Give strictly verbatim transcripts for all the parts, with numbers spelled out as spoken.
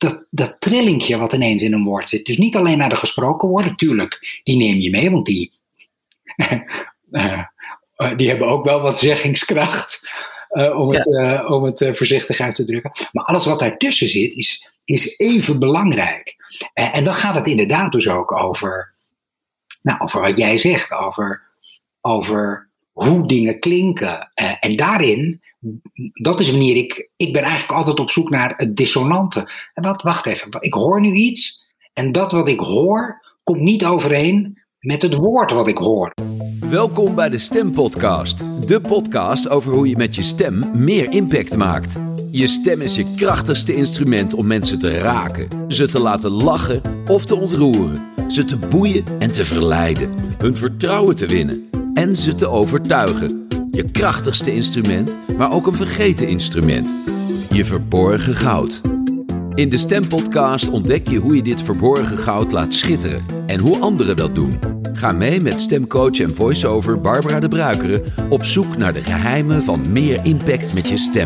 dat, dat trillingje wat ineens in een woord zit. Dus niet alleen naar de gesproken woorden, tuurlijk, die neem je mee, want die, uh, uh, die hebben ook wel wat zeggingskracht, uh, om, ja. het, uh, om het uh, voorzichtig uit te drukken. Maar alles wat daartussen zit, is, is even belangrijk. Uh, en dan gaat het inderdaad dus ook over, nou, over wat jij zegt, over, over hoe dingen klinken. Uh, en daarin, dat is wanneer ik, ik ben eigenlijk altijd op zoek naar het dissonante. En wat, wacht even, ik hoor nu iets en dat wat ik hoor komt niet overeen met het woord wat ik hoor. Welkom bij de Stempodcast, de podcast over hoe je met je stem meer impact maakt. Je stem is je krachtigste instrument om mensen te raken, ze te laten lachen of te ontroeren, ze te boeien en te verleiden, hun vertrouwen te winnen en ze te overtuigen. Je krachtigste instrument, maar ook een vergeten instrument. Je verborgen goud. In de Stempodcast ontdek je hoe je dit verborgen goud laat schitteren en hoe anderen dat doen. Ga mee met stemcoach en voice-over Barbara de Bruikere op zoek naar de geheimen van meer impact met je stem.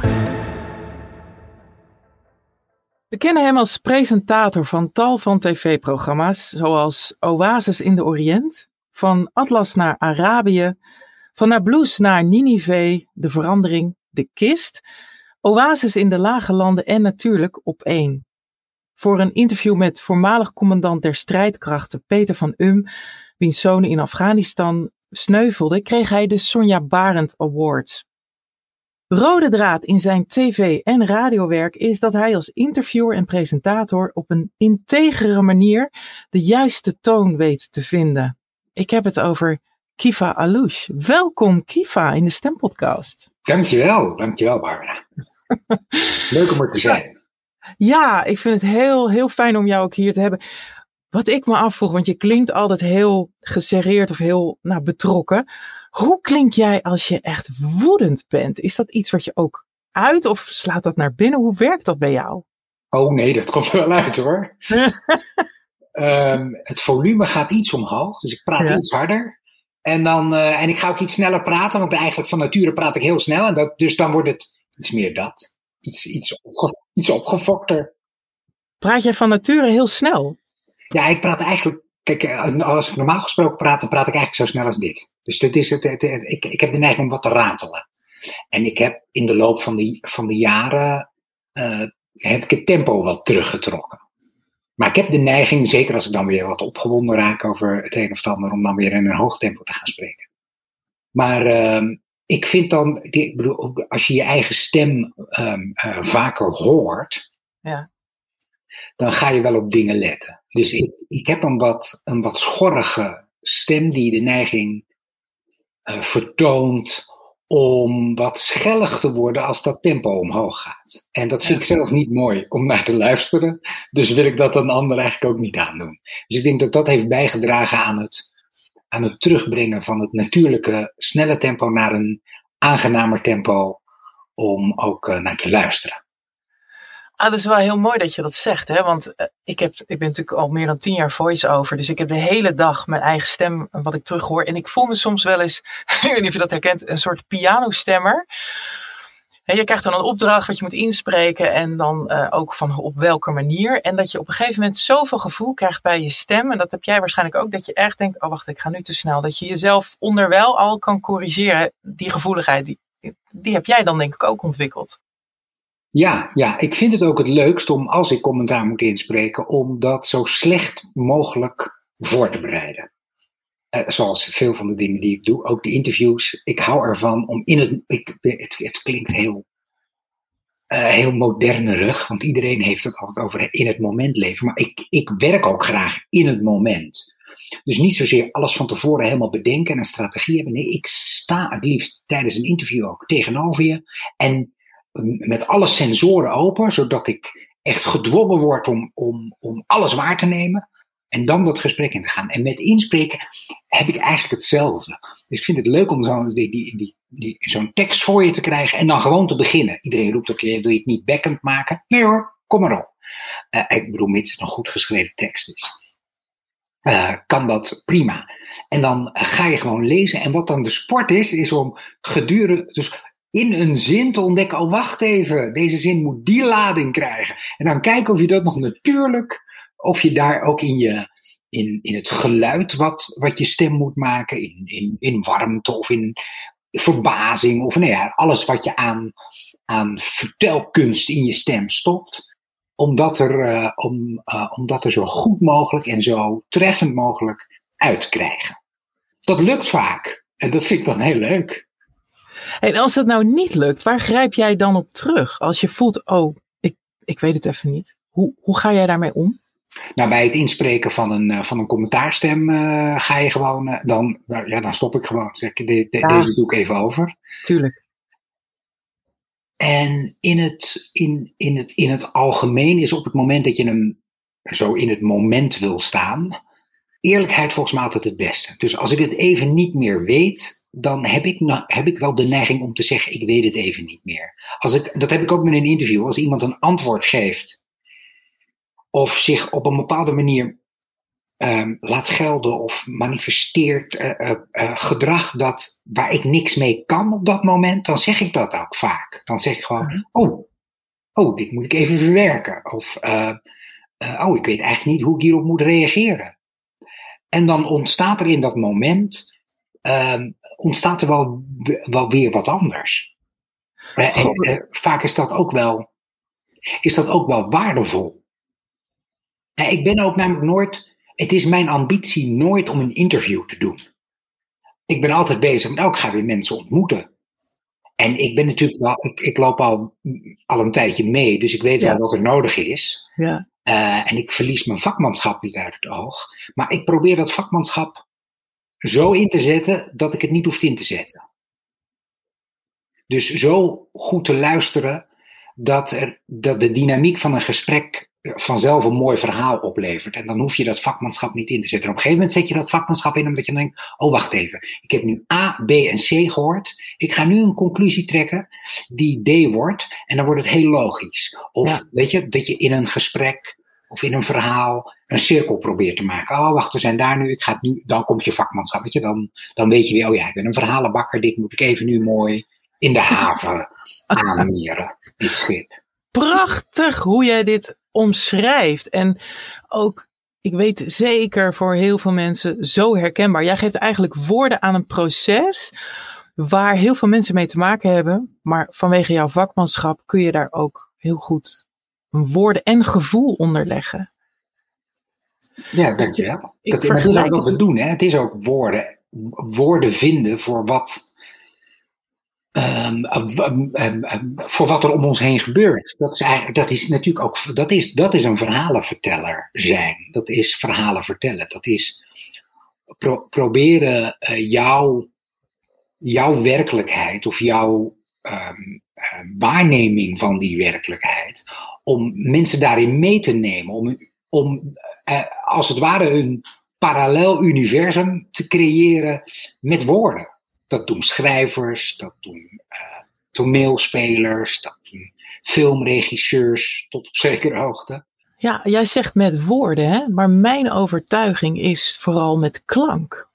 We kennen hem als presentator van tal van tv-programma's, zoals Oasis in de Oriënt, Van Atlas naar Arabië, Van Nablus naar Ninive, De Verandering, De Kist, Oasis in de Lage Landen en natuurlijk Op één. Voor een interview met voormalig commandant der strijdkrachten Peter van Um, wiens zoon in Afghanistan sneuvelde, kreeg hij de Sonja Barend Awards. Rode draad in zijn tv- en radiowerk is dat hij als interviewer en presentator op een integere manier de juiste toon weet te vinden. Ik heb het over Kiva Allouche. Welkom Kiva in de Stempodcast. Dankjewel, dankjewel Barbara. Leuk om er te zijn. Ja, ik vind het heel, heel fijn om jou ook hier te hebben. Wat ik me afvroeg, want je klinkt altijd heel geserreerd of heel nou, betrokken. Hoe klink jij als je echt woedend bent? Is dat iets wat je ook uit of slaat dat naar binnen? Hoe werkt dat bij jou? Oh nee, dat komt er wel uit hoor. um, het volume gaat iets omhoog, dus ik praat ja. iets harder. En, dan, uh, en ik ga ook iets sneller praten, want eigenlijk van nature praat ik heel snel. En dat, dus dan wordt het iets meer dat. Iets, iets, opge, iets opgefokter. Praat jij van nature heel snel? Ja, ik praat eigenlijk... Kijk, als ik normaal gesproken praat, dan praat ik eigenlijk zo snel als dit. Dus dit is het, het, het, ik, ik heb de neiging om wat te ratelen. En ik heb in de loop van de, van de jaren... Uh, heb ik het tempo wat teruggetrokken. Maar ik heb de neiging, zeker als ik dan weer wat opgewonden raak over het een of het ander, om dan weer in een hoog tempo te gaan spreken. Maar uh, ik vind dan, ik bedoel, als je je eigen stem um, uh, vaker hoort, ja. dan ga je wel op dingen letten. Dus ik, ik heb een wat, een wat schorrige stem die de neiging uh, vertoont om wat schellig te worden als dat tempo omhoog gaat. En dat vind ik zelf niet mooi om naar te luisteren. Dus wil ik dat een ander eigenlijk ook niet aandoen. Dus ik denk dat dat heeft bijgedragen aan het, aan het terugbrengen van het natuurlijke snelle tempo naar een aangenamer tempo om ook uh, naar te luisteren. Ah, dat is wel heel mooi dat je dat zegt, hè? Want uh, ik, heb, ik ben natuurlijk al meer dan tien jaar voice-over. Dus ik heb de hele dag mijn eigen stem, wat ik terughoor. En ik voel me soms wel eens, ik weet niet of je dat herkent, een soort pianostemmer. En je krijgt dan een opdracht wat je moet inspreken en dan uh, ook van op welke manier. En dat je op een gegeven moment zoveel gevoel krijgt bij je stem. En dat heb jij waarschijnlijk ook, dat je echt denkt, oh wacht, ik ga nu te snel. Dat je jezelf onderwijl al kan corrigeren. Die gevoeligheid, die, die heb jij dan denk ik ook ontwikkeld. Ja, ja, ik vind het ook het leukst om, als ik commentaar moet inspreken, om dat zo slecht mogelijk voor te bereiden. Uh, zoals veel van de dingen die ik doe, ook de interviews. Ik hou ervan om in het, ik, het, het klinkt heel, uh, heel modernerig, want iedereen heeft het altijd over in het moment leven. Maar ik, ik werk ook graag in het moment. Dus niet zozeer alles van tevoren helemaal bedenken en een strategie hebben. Nee, ik sta het liefst tijdens een interview ook tegenover je en met alle sensoren open, zodat ik echt gedwongen word om, om, om alles waar te nemen en dan dat gesprek in te gaan. En met inspreken heb ik eigenlijk hetzelfde. Dus ik vind het leuk om zo, die, die, die, die, zo'n tekst voor je te krijgen en dan gewoon te beginnen. Iedereen roept ook, wil je het niet bekkend maken? Nee hoor, kom maar op. Uh, ik bedoel, mits het een goed geschreven tekst is. Uh, kan dat prima. En dan uh, ga je gewoon lezen. En wat dan de sport is, is om gedurende... Dus in een zin te ontdekken, oh wacht even, deze zin moet die lading krijgen. En dan kijken of je dat nog natuurlijk, of je daar ook in, je, in, in het geluid wat, wat je stem moet maken, in, in, in warmte of in verbazing, of nee, ja, alles wat je aan, aan vertelkunst in je stem stopt, om dat er, uh, om, uh, om dat er zo goed mogelijk en zo treffend mogelijk uit te krijgen. Dat lukt vaak. En dat vind ik dan heel leuk. En als het nou niet lukt, waar grijp jij dan op terug? Als je voelt, oh, ik, ik weet het even niet. Hoe, hoe ga jij daarmee om? Nou, bij het inspreken van een, uh, van een commentaarstem uh, ga je gewoon, uh, dan, uh, ja, dan stop ik gewoon. Zeg ik, de, de, ja. Deze doe ik even over. Tuurlijk. En in het, in, in, het, in het algemeen is op het moment dat je hem zo in het moment wil staan, eerlijkheid volgens mij altijd het beste. Dus als ik het even niet meer weet, dan heb ik, nou, heb ik wel de neiging om te zeggen, ik weet het even niet meer. Als ik, dat heb ik ook met een interview. Als iemand een antwoord geeft, of zich op een bepaalde manier um, laat gelden of manifesteert uh, uh, uh, gedrag dat, waar ik niks mee kan op dat moment, dan zeg ik dat ook vaak. Dan zeg ik gewoon, oh, oh dit moet ik even verwerken. Of, uh, uh, oh, ik weet eigenlijk niet hoe ik hierop moet reageren. En dan ontstaat er in dat moment, um, ontstaat er wel, wel weer wat anders. Uh, en, uh, vaak is dat ook wel, is dat ook wel waardevol. Uh, ik ben ook namelijk nooit, het is mijn ambitie nooit om een interview te doen. Ik ben altijd bezig met, oh, ik ga weer mensen ontmoeten. En ik ben natuurlijk wel, ik, ik loop al, al een tijdje mee, dus ik weet ja. wel wat er nodig is. Ja. Uh, en ik verlies mijn vakmanschap niet uit het oog. Maar ik probeer dat vakmanschap zo in te zetten dat ik het niet hoef in te zetten. Dus zo goed te luisteren dat, er, dat de dynamiek van een gesprek vanzelf een mooi verhaal oplevert. En dan hoef je dat vakmanschap niet in te zetten. En op een gegeven moment zet je dat vakmanschap in omdat je denkt, oh wacht even, ik heb nu A, B en C gehoord. Ik ga nu een conclusie trekken die D wordt. En dan wordt het heel logisch. Of ja. weet je, dat je in een gesprek of in een verhaal een cirkel probeert te maken. Oh wacht, we zijn daar nu, ik ga het nu, dan komt je vakmanschap. Weet je, dan, dan weet je weer, oh ja, ik ben een verhalenbakker, dit moet ik even nu mooi in de haven aanmeren, dit schip. Prachtig hoe jij dit omschrijft. En ook, ik weet zeker voor heel veel mensen zo herkenbaar. Jij geeft eigenlijk woorden aan een proces waar heel veel mensen mee te maken hebben. Maar vanwege jouw vakmanschap kun je daar ook heel goed woorden en gevoel onder leggen. Ja, dankjewel. Ik dat, dat is ook wat we doen. Hè? Het is ook woorden, woorden vinden voor wat, um, um, um, um, voor wat er om ons heen gebeurt. Dat is, eigenlijk, dat is natuurlijk ook dat is, dat is een verhalenverteller zijn. Dat is verhalen vertellen. Dat is pro, proberen uh, jouw, jouw werkelijkheid of jouw um, uh, waarneming van die werkelijkheid, om mensen daarin mee te nemen, om, om uh, als het ware een parallel universum te creëren met woorden. Dat doen schrijvers, dat doen uh, toneelspelers, dat doen filmregisseurs tot op zekere hoogte. Ja, jij zegt met woorden, hè? Maar mijn overtuiging is vooral met klank.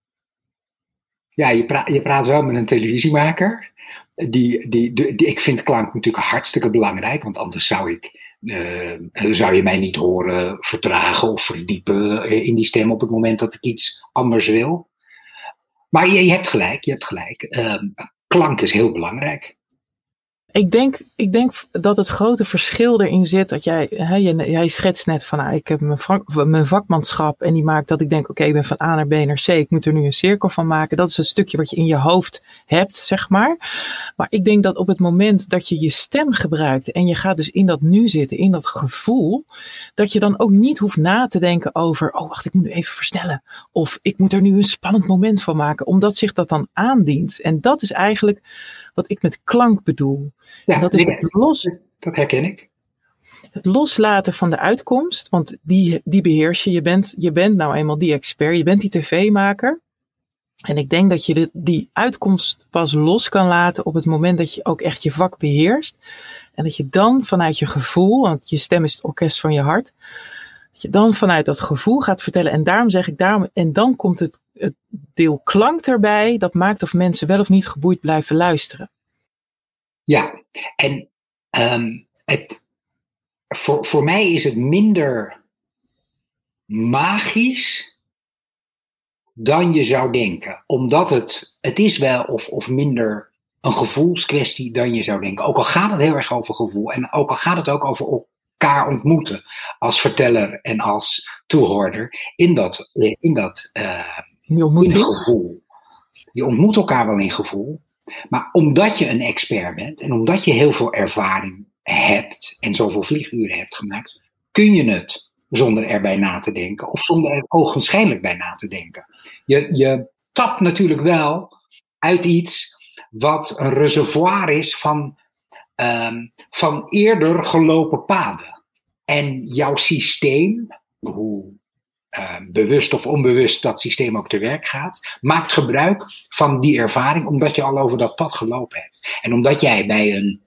Ja, je, pra- je praat wel met een televisiemaker. Die, die, die, die, ik vind klank natuurlijk hartstikke belangrijk, want anders zou ik, uh, zou je mij niet horen vertragen of verdiepen in die stem op het moment dat ik iets anders wil. Maar je, je hebt gelijk, je hebt gelijk. Uh, klank is heel belangrijk. Ik denk, ik denk dat het grote verschil erin zit dat jij, hè, jij schetst net van, nou, ik heb mijn, vak, mijn vakmanschap en die maakt dat ik denk, oké, okay, ik ben van A naar B naar C, ik moet er nu een cirkel van maken. Dat is een stukje wat je in je hoofd hebt, zeg maar. Maar ik denk dat op het moment dat je je stem gebruikt en je gaat dus in dat nu zitten, in dat gevoel, dat je dan ook niet hoeft na te denken over, oh wacht, ik moet nu even versnellen. Of ik moet er nu een spannend moment van maken, omdat zich dat dan aandient. En dat is eigenlijk wat ik met klank bedoel. Ja, dat is nee, het los, dat herken ik. Het loslaten van de uitkomst, want die, die beheers je. Je bent, je bent nou eenmaal die expert, je bent die tv-maker. En ik denk dat je de, die uitkomst pas los kan laten op het moment dat je ook echt je vak beheerst. En dat je dan vanuit je gevoel, want je stem is het orkest van je hart, dat je dan vanuit dat gevoel gaat vertellen. En daarom zeg ik daarom, en dan komt het, het deel klank erbij, dat maakt of mensen wel of niet geboeid blijven luisteren. Ja, en um, het, voor, voor mij is het minder magisch dan je zou denken. Omdat het, het is wel of, of minder een gevoelskwestie dan je zou denken. Ook al gaat het heel erg over gevoel. En ook al gaat het ook over elkaar ontmoeten. Als verteller en als toehoorder. In dat, in dat uh, in gevoel. Je ontmoet elkaar wel in gevoel. Maar omdat je een expert bent. En omdat je heel veel ervaring hebt. En zoveel vlieguren hebt gemaakt. Kun je het zonder erbij na te denken. Of zonder er ogenschijnlijk bij na te denken. Je, je tapt natuurlijk wel uit iets wat een reservoir is van, um, van eerder gelopen paden. En jouw systeem, hoe uh, bewust of onbewust dat systeem ook te werk gaat, maakt gebruik van die ervaring omdat je al over dat pad gelopen hebt. En omdat jij bij een,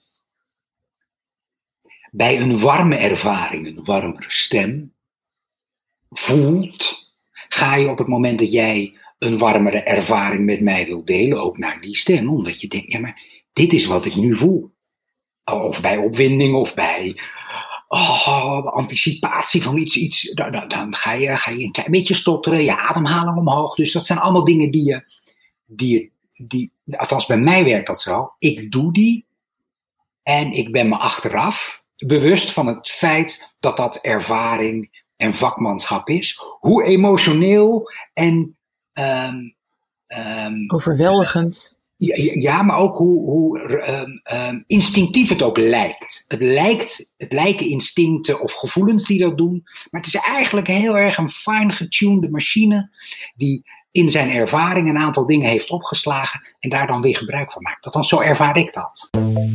bij een warme ervaring, een warmere stem, voelt, ga je op het moment dat jij een warmere ervaring met mij wil delen, ook naar die stem, omdat je denkt, ja maar dit is wat ik nu voel. Of bij opwinding, of bij oh, anticipatie van iets, iets dan, dan, dan ga, je, ga je een klein beetje stotteren, je ademhaling omhoog. Dus dat zijn allemaal dingen die je, die je, die, althans bij mij werkt dat zo. Ik doe die en ik ben me achteraf bewust van het feit dat dat ervaring en vakmanschap is. Hoe emotioneel en Um, um, overweldigend. Ja, ja, maar ook hoe, hoe um, um, instinctief het ook lijkt. Het lijkt, het lijken instincten of gevoelens die dat doen. Maar het is eigenlijk heel erg een fine getunede machine die in zijn ervaring een aantal dingen heeft opgeslagen en daar dan weer gebruik van maakt. Althans, zo ervaar ik dat.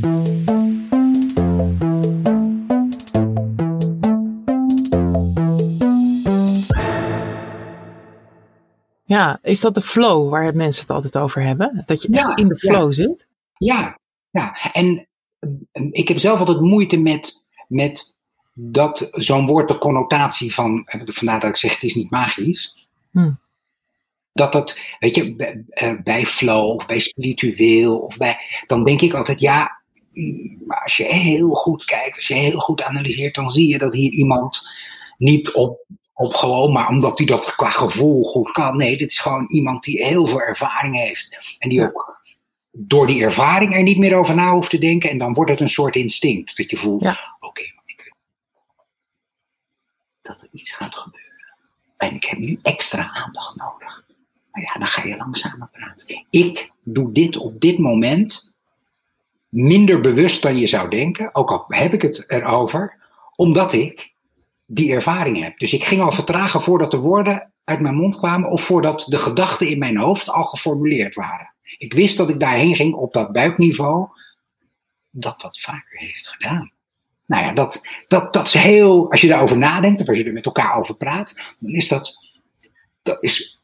Ja, is dat de flow waar mensen het altijd over hebben? Dat je echt ja, in de flow ja. zit? Ja, ja. En ik heb zelf altijd moeite met, met dat zo'n woord de connotatie van, vandaar dat ik zeg het is niet magisch. Hm. Dat dat, weet je, bij, bij flow of bij spiritueel of bij, dan denk ik altijd ja, maar als je heel goed kijkt, als je heel goed analyseert, dan zie je dat hier iemand niet op Op gewoon, maar omdat hij dat qua gevoel goed kan. Nee, dit is gewoon iemand die heel veel ervaring heeft. En die ook door die ervaring er niet meer over na hoeft te denken. En dan wordt het een soort instinct. Dat je voelt, ja. oké, okay, ik dat er iets gaat gebeuren. En ik heb nu extra aandacht nodig. Maar ja, dan ga je langzamer praten. Ik doe dit op dit moment minder bewust dan je zou denken. Ook al heb ik het erover. Omdat ik die ervaring heb. Dus ik ging al vertragen voordat de woorden uit mijn mond kwamen of voordat de gedachten in mijn hoofd al geformuleerd waren. Ik wist dat ik daarheen ging op dat buikniveau, dat dat vaker heeft gedaan. Nou ja, dat, dat, dat is heel, als je daarover nadenkt of als je er met elkaar over praat, dan is dat, dat is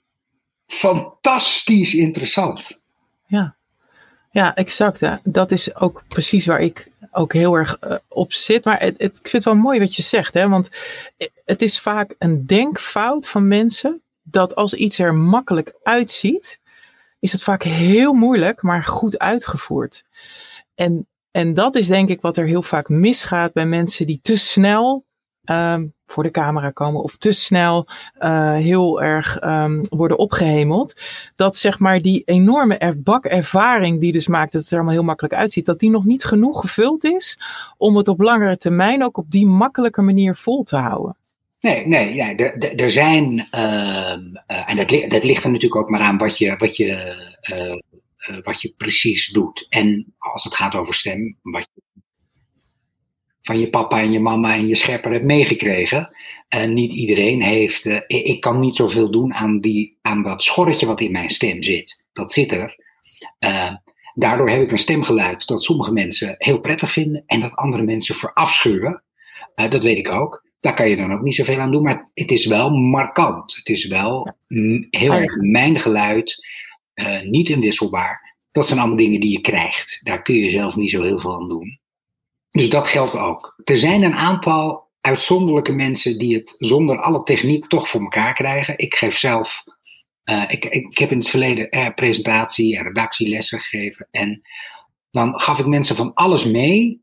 fantastisch interessant. Ja, ja, exact. Hè. Dat is ook precies waar ik ook heel erg uh, op zit. Maar het, het, ik vind het wel mooi wat je zegt. Hè? Want het is vaak een denkfout van mensen dat als iets er makkelijk uitziet, is het vaak heel moeilijk, maar goed uitgevoerd. En, en dat is denk ik wat er heel vaak misgaat bij mensen die te snel um, voor de camera komen of te snel uh, heel erg um, worden opgehemeld. Dat zeg maar die enorme er- bakervaring die dus maakt dat het er allemaal heel makkelijk uitziet, dat die nog niet genoeg gevuld is om het op langere termijn ook op die makkelijke manier vol te houden. Nee, nee, ja, er, er zijn, uh, uh, en dat, dat ligt er natuurlijk ook maar aan wat je, wat je, uh, uh, wat je precies doet. En als het gaat over stem, wat je van je papa en je mama en je schepper hebt meegekregen. En uh, niet iedereen heeft, uh, ik, ik kan niet zoveel doen aan, die, aan dat schorretje wat in mijn stem zit. Dat zit er. Uh, daardoor heb ik een stemgeluid dat sommige mensen heel prettig vinden en dat andere mensen verafschuwen. Uh, dat weet ik ook. Daar kan je dan ook niet zoveel aan doen, maar het is wel markant. Het is wel m- heel erg mijn geluid, uh, niet inwisselbaar. Dat zijn allemaal dingen die je krijgt. Daar kun je zelf niet zo heel veel aan doen. Dus dat geldt ook. Er zijn een aantal uitzonderlijke mensen die het zonder alle techniek toch voor elkaar krijgen. Ik geef zelf, uh, ik, ik, ik heb in het verleden uh, presentatie- en redactielessen gegeven. En dan gaf ik mensen van alles mee.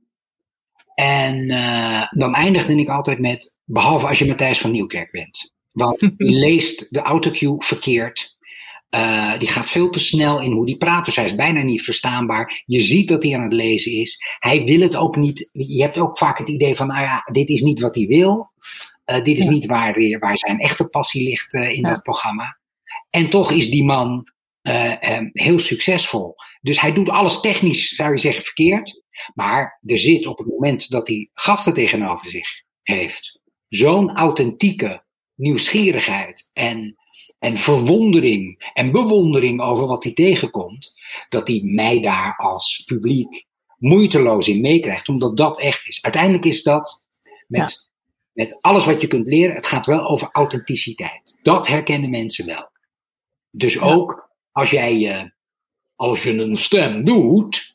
En uh, dan eindigde ik altijd met, behalve als je Matthijs van Nieuwkerk bent. Want je leest de autocue verkeerd. Uh, die gaat veel te snel in hoe die praat. Dus hij is bijna niet verstaanbaar. Je ziet dat hij aan het lezen is. Hij wil het ook niet. Je hebt ook vaak het idee van, nou ja, dit is niet wat hij wil. Uh, dit is ja. niet waar, waar zijn echte passie ligt uh, in ja. dat programma. En toch is die man uh, um, heel succesvol. Dus hij doet alles technisch, zou je zeggen, verkeerd. Maar er zit op het moment dat hij gasten tegenover zich heeft, zo'n authentieke nieuwsgierigheid en, en verwondering en bewondering over wat hij tegenkomt, dat hij mij daar als publiek moeiteloos in meekrijgt, omdat dat echt is. Uiteindelijk is dat met, ja. met alles wat je kunt leren, het gaat wel over authenticiteit. Dat herkennen mensen wel. Dus ja. ook als jij uh, als je een stem doet,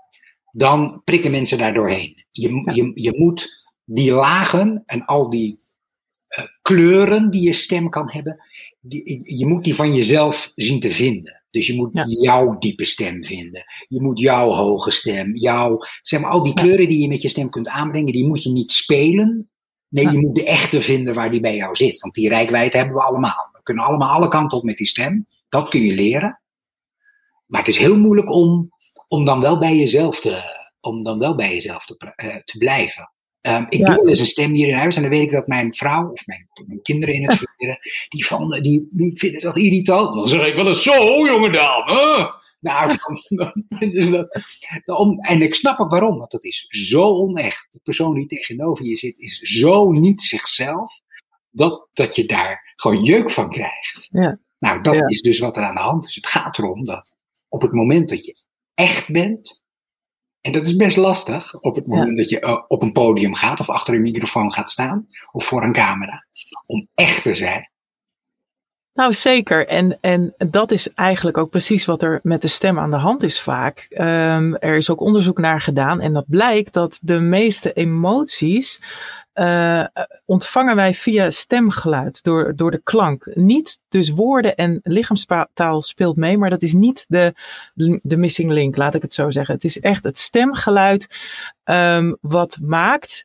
dan prikken mensen daar doorheen. Je, ja. je, je moet die lagen en al die uh, kleuren die je stem kan hebben, die, je moet die van jezelf zien te vinden. Dus je moet ja. jouw diepe stem vinden. Je moet jouw hoge stem, jouw, zeg maar, al die kleuren die je met je stem kunt aanbrengen, die moet je niet spelen. Nee, ja. je moet de echte vinden waar die bij jou zit. Want die reikwijdte hebben we allemaal. We kunnen allemaal alle kanten op met die stem. Dat kun je leren. Maar het is heel moeilijk om, om dan wel bij jezelf te, om dan wel bij jezelf te, uh, te blijven. Um, ik ja. doe dus een stem hier in huis en dan weet ik dat mijn vrouw of mijn, mijn kinderen in het verleden, die, van, die, die vinden dat irritant. Dan zeg ik wel eens zo, jonge dame. Nou, dan, dan is dat, dan, en ik snap ook waarom, want dat is zo onecht. De persoon die tegenover je zit is zo niet zichzelf, dat, dat je daar gewoon jeuk van krijgt. Ja. Nou, dat ja. is dus wat er aan de hand is. Het gaat erom dat op het moment dat je echt bent, en dat is best lastig, op het moment ja. dat je uh, op een podium gaat of achter een microfoon gaat staan of voor een camera, om echt te zijn. Nou zeker, en, en dat is eigenlijk ook precies wat er met de stem aan de hand is vaak. Um, er is ook onderzoek naar gedaan en dat blijkt dat de meeste emoties uh, ontvangen wij via stemgeluid, door, door de klank. Niet dus woorden en lichaamstaal speelt mee, maar dat is niet de, de missing link, laat ik het zo zeggen. Het is echt het stemgeluid um, wat maakt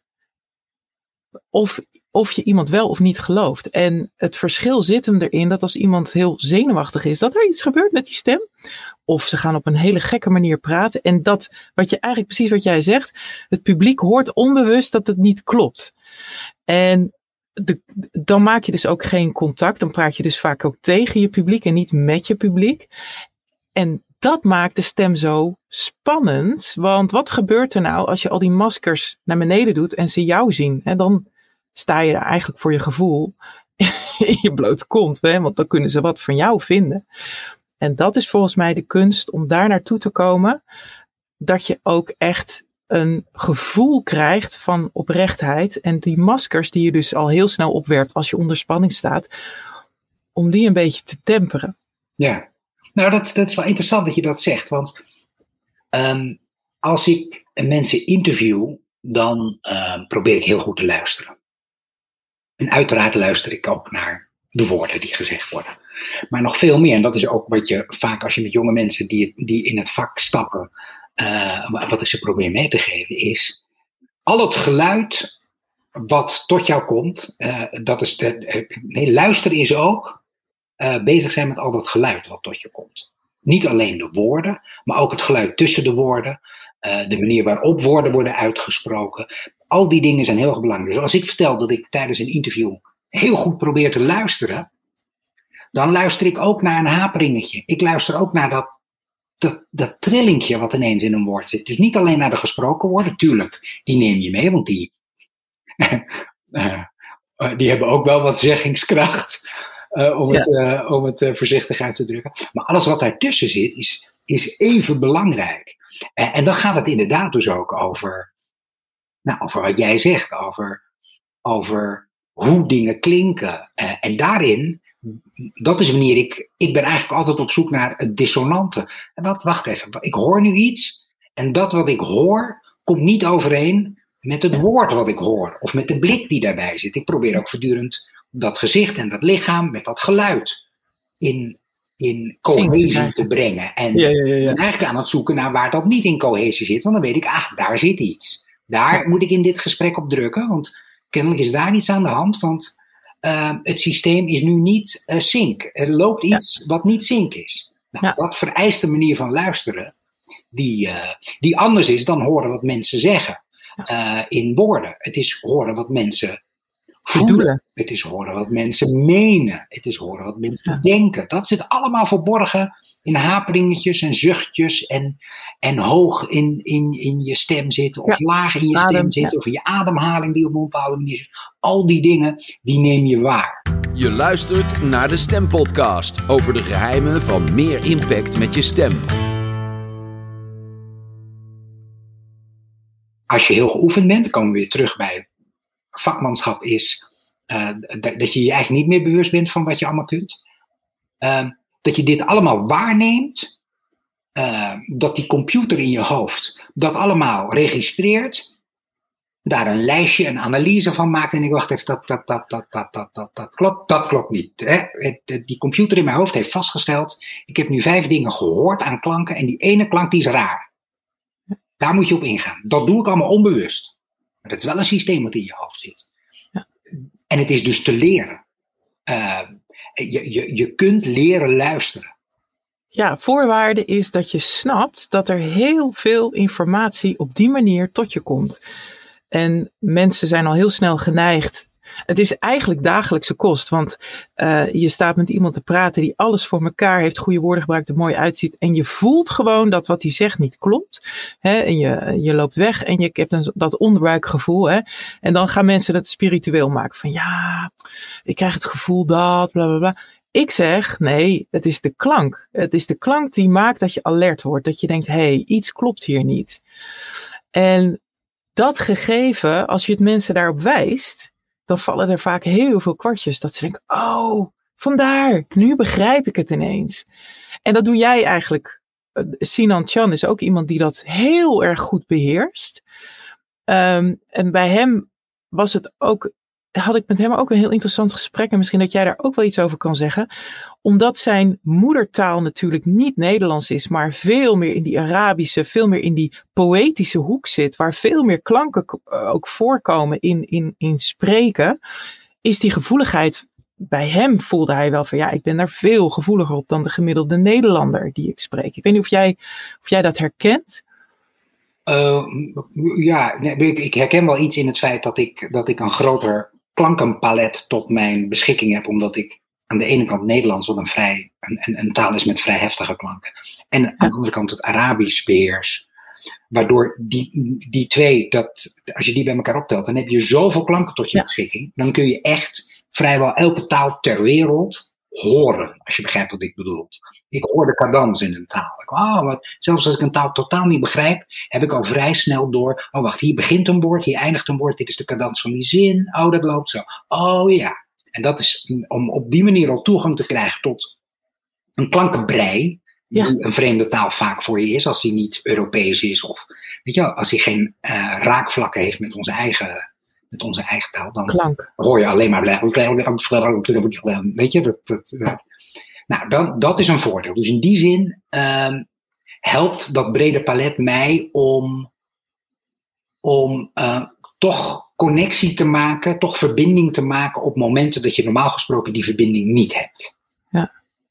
of, of je iemand wel of niet gelooft. En het verschil zit hem erin dat als iemand heel zenuwachtig is, dat er iets gebeurt met die stem. Of ze gaan op een hele gekke manier praten. En dat, wat je eigenlijk precies wat jij zegt, het publiek hoort onbewust dat het niet klopt. En de, dan maak je dus ook geen contact. Dan praat je dus vaak ook tegen je publiek en niet met je publiek. En dat maakt de stem zo spannend. Want wat gebeurt er nou als je al die maskers naar beneden doet en ze jou zien? Hè, dan sta je daar eigenlijk voor je gevoel in je blote kont. Hè, want dan kunnen ze wat van jou vinden. En dat is volgens mij de kunst om daar naartoe te komen. Dat je ook echt een gevoel krijgt van oprechtheid. En die maskers die je dus al heel snel opwerpt als je onder spanning staat. Om die een beetje te temperen. Ja, nou dat, dat is wel interessant dat je dat zegt. Want um, als ik mensen interview, dan uh, probeer ik heel goed te luisteren. En uiteraard luister ik ook naar de woorden die gezegd worden. Maar nog veel meer, en dat is ook wat je vaak als je met jonge mensen die, die in het vak stappen, uh, wat ik ze probeer mee te geven, is al het geluid wat tot jou komt, uh, dat is de, uh, nee, luisteren is ook uh, bezig zijn met al dat geluid wat tot je komt. Niet alleen de woorden, maar ook het geluid tussen de woorden, uh, de manier waarop woorden worden uitgesproken. Al die dingen zijn heel erg belangrijk. Dus als ik vertel dat ik tijdens een interview heel goed probeer te luisteren, dan luister ik ook naar een haperingetje. Ik luister ook naar dat, dat, dat trillingje wat ineens in een woord zit. Dus niet alleen naar de gesproken woorden, tuurlijk, die neem je mee, want die, uh, uh, die hebben ook wel wat zeggingskracht, uh, om, ja. het, uh, om het uh, voorzichtig uit te drukken. Maar alles wat daartussen zit, is, is even belangrijk. Uh, en dan gaat het inderdaad dus ook over, nou, over wat jij zegt, over, over hoe dingen klinken. Uh, en daarin, dat is wanneer ik, ik ben eigenlijk altijd op zoek naar het dissonante. En wat, wacht even, ik hoor nu iets en dat wat ik hoor komt niet overeen met het woord wat ik hoor of met de blik die daarbij zit. Ik probeer ook voortdurend dat gezicht en dat lichaam met dat geluid in, in cohesie te brengen. En ja, ja, ja, ja. ben eigenlijk aan het zoeken naar waar dat niet in cohesie zit. Want dan weet ik, ah, daar zit iets. Daar ja. moet ik in dit gesprek op drukken. Want kennelijk is daar iets aan de hand. Want uh, het systeem is nu niet uh, sync. Er loopt iets ja. wat niet sync is. Nou, ja. Dat vereist een manier van luisteren die, uh, die anders is dan horen wat mensen zeggen. Uh, in woorden. Het is horen wat mensen voelen. Doelen. Het is horen wat mensen menen. Het is horen wat mensen ja. denken. Dat zit allemaal verborgen in haperingetjes en zuchtjes en, en hoog in, in, in je stem zitten of ja. laag in je Adem, stem zitten ja. of in je ademhaling die op een bepaalde manier zit. Al die dingen, die neem je waar. Je luistert naar de Stempodcast over de geheimen van meer impact met je stem. Als je heel geoefend bent, dan komen we weer terug bij vakmanschap is uh, dat, dat je je eigenlijk niet meer bewust bent van wat je allemaal kunt. Uh, dat je dit allemaal waarneemt. Uh, dat die computer in je hoofd dat allemaal registreert. Daar een lijstje, een analyse van maakt. En ik wacht even, dat, dat, dat, dat, dat, dat, dat, dat klopt, dat klopt niet. Hè? Het, die computer in mijn hoofd heeft vastgesteld. Ik heb nu vijf dingen gehoord aan klanken. En die ene klank die is raar. Daar moet je op ingaan. Dat doe ik allemaal onbewust. Maar dat is wel een systeem wat in je hoofd zit. Ja. En het is dus te leren. Uh, je, je, je kunt leren luisteren. Ja, voorwaarde is dat je snapt dat er heel veel informatie op die manier tot je komt. En mensen zijn al heel snel geneigd. Het is eigenlijk dagelijkse kost, want uh, je staat met iemand te praten die alles voor elkaar heeft, goede woorden gebruikt, er mooi uitziet. En je voelt gewoon dat wat hij zegt niet klopt. Hè? En je, je loopt weg en je hebt een, dat onderbuikgevoel. Hè? En dan gaan mensen het spiritueel maken. Van ja, ik krijg het gevoel dat, bla bla bla. Ik zeg, nee, het is de klank. Het is de klank die maakt dat je alert wordt. Dat je denkt, hé, hey, iets klopt hier niet. En dat gegeven, als je het mensen daarop wijst, dan vallen er vaak heel veel kwartjes. Dat ze denken, oh, vandaar, nu begrijp ik het ineens. En dat doe jij eigenlijk. Sinan Chan is ook iemand die dat heel erg goed beheerst. Um, en bij hem was het ook, had ik met hem ook een heel interessant gesprek. En misschien dat jij daar ook wel iets over kan zeggen. Omdat zijn moedertaal natuurlijk niet Nederlands is, maar veel meer in die Arabische, veel meer in die poëtische hoek zit, waar veel meer klanken ook voorkomen in, in, in spreken, is die gevoeligheid, bij hem voelde hij wel van ja, ik ben daar veel gevoeliger op dan de gemiddelde Nederlander die ik spreek. Ik weet niet of jij, of jij dat herkent. Uh, ja, ik herken wel iets in het feit dat ik, dat ik een groter klankenpalet tot mijn beschikking heb, omdat ik aan de ene kant Nederlands, wat een, vrij, een, een, een taal is met vrij heftige klanken, en aan de andere kant het Arabisch beheers. Waardoor die, die twee, dat, als je die bij elkaar optelt, dan heb je zoveel klanken tot je ja. beschikking. Dan kun je echt vrijwel elke taal ter wereld horen, als je begrijpt wat ik bedoel. Ik hoor de cadans in een taal. Ik, oh, maar zelfs als ik een taal totaal niet begrijp, heb ik al vrij snel door, oh wacht, hier begint een woord, hier eindigt een woord, dit is de cadans van die zin, oh dat loopt zo. Oh ja. En dat is om op die manier al toegang te krijgen tot een klankenbrei, ja. die een vreemde taal vaak voor je is, als die niet Europees is, of weet je wel, als die geen uh, raakvlakken heeft met onze eigen, met onze eigen taal, dan Klank. hoor je alleen maar weet je, dat, dat, dat. Nou, dat, dat is een voordeel. Dus in die zin uh, helpt dat brede palet mij om, om uh, toch connectie te maken, toch verbinding te maken op momenten dat je normaal gesproken die verbinding niet hebt. Ja.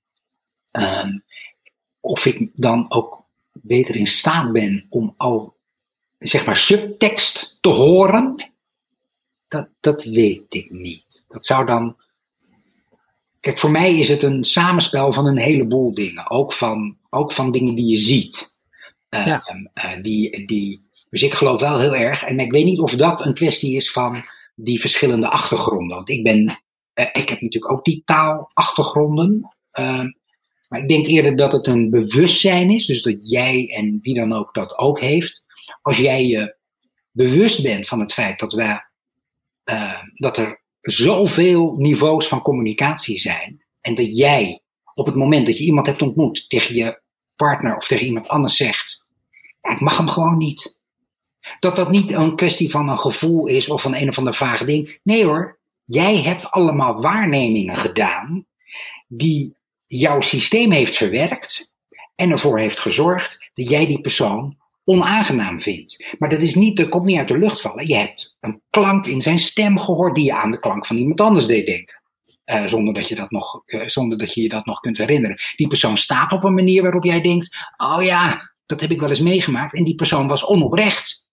Um, of ik dan ook beter in staat ben om al, zeg maar, subtekst te horen, dat, dat weet ik niet. Dat zou dan, kijk, voor mij is het een samenspel van een heleboel dingen. Ook van, ook van dingen die je ziet. Uh, ja. uh, die, die, dus ik geloof wel heel erg, en ik weet niet of dat een kwestie is van die verschillende achtergronden. Want ik ben, uh, ik heb natuurlijk ook die taalachtergronden. Uh, maar ik denk eerder dat het een bewustzijn is. Dus dat jij en wie dan ook dat ook heeft. Als jij je bewust bent van het feit dat, we, uh, dat er zoveel niveaus van communicatie zijn. En dat jij op het moment dat je iemand hebt ontmoet tegen je partner of tegen iemand anders zegt, ja, ik mag hem gewoon niet. Dat dat niet een kwestie van een gevoel is of van een of ander vaag ding. Nee hoor, jij hebt allemaal waarnemingen gedaan die jouw systeem heeft verwerkt en ervoor heeft gezorgd dat jij die persoon onaangenaam vindt. Maar dat, is niet, dat komt niet uit de lucht vallen. Je hebt een klank in zijn stem gehoord die je aan de klank van iemand anders deed denken. Uh, zonder, dat je dat nog, uh, zonder dat je je dat nog kunt herinneren. Die persoon staat op een manier waarop jij denkt, oh ja, dat heb ik wel eens meegemaakt. En die persoon was onoprecht.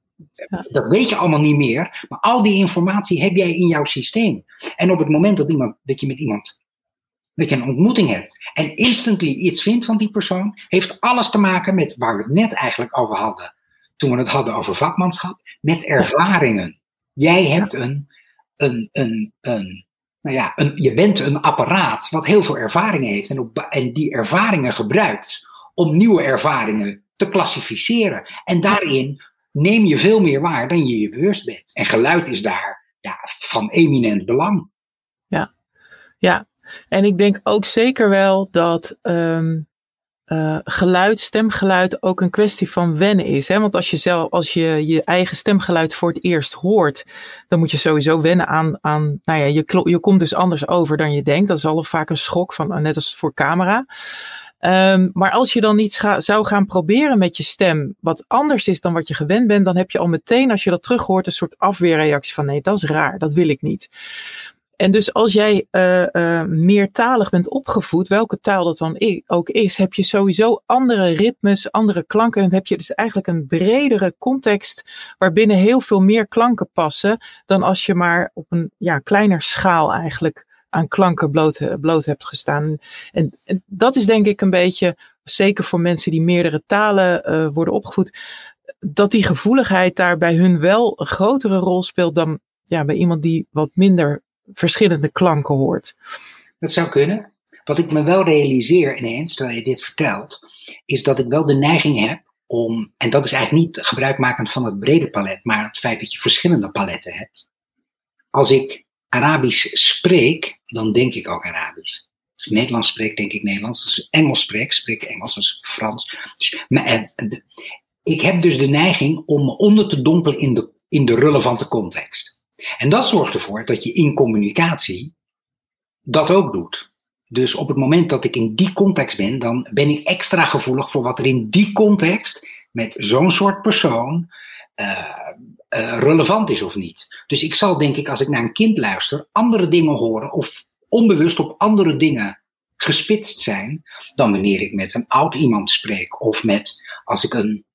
Ja. Dat weet je allemaal niet meer. Maar al die informatie heb jij in jouw systeem. En op het moment dat, iemand, dat je met iemand dat je een ontmoeting hebt en instantly iets vindt van die persoon, heeft alles te maken met waar we het net eigenlijk over hadden. Toen we het hadden over vakmanschap, met ervaringen. Jij hebt een, een, een, een, nou ja, een, je bent een apparaat wat heel veel ervaringen heeft en, op, en die ervaringen gebruikt om nieuwe ervaringen te klassificeren. En daarin neem je veel meer waar dan je je bewust bent. En geluid is daar ja, van eminent belang. Ja, ja. En ik denk ook zeker wel dat um, uh, geluid, stemgeluid ook een kwestie van wennen is. Hè? Want als je zelf, als je je eigen stemgeluid voor het eerst hoort, dan moet je sowieso wennen aan, aan nou ja, je, klo- je komt dus anders over dan je denkt. Dat is al vaak een schok, van, net als voor camera. Um, maar als je dan iets ga, zou gaan proberen met je stem, wat anders is dan wat je gewend bent, dan heb je al meteen, als je dat terug hoort, een soort afweerreactie van nee, dat is raar, dat wil ik niet. En dus als jij uh, uh, meertalig bent opgevoed, welke taal dat dan i- ook is, heb je sowieso andere ritmes, andere klanken. En heb je dus eigenlijk een bredere context waarbinnen heel veel meer klanken passen dan als je maar op een ja, kleiner schaal eigenlijk aan klanken bloot, bloot hebt gestaan. En, en dat is denk ik een beetje, zeker voor mensen die meerdere talen uh, worden opgevoed, dat die gevoeligheid daar bij hun wel een grotere rol speelt dan ja, bij iemand die wat minder verschillende klanken hoort. Dat zou kunnen. Wat ik me wel realiseer ineens, terwijl je dit vertelt, is dat ik wel de neiging heb om, en dat is eigenlijk niet gebruikmakend van het brede palet, maar het feit dat je verschillende paletten hebt. Als ik Arabisch spreek, dan denk ik ook Arabisch. Als ik Nederlands spreek, denk ik Nederlands. Als ik Engels spreek, spreek ik Engels. Als ik Frans. Dus, maar, ik heb dus de neiging om me onder te dompelen in de, in de relevante context. En dat zorgt ervoor dat je in communicatie dat ook doet. Dus op het moment dat ik in die context ben, dan ben ik extra gevoelig voor wat er in die context met zo'n soort persoon uh, uh, relevant is of niet. Dus ik zal, denk ik, als ik naar een kind luister, andere dingen horen of onbewust op andere dingen gespitst zijn dan wanneer ik met een oud iemand spreek of met, als ik een,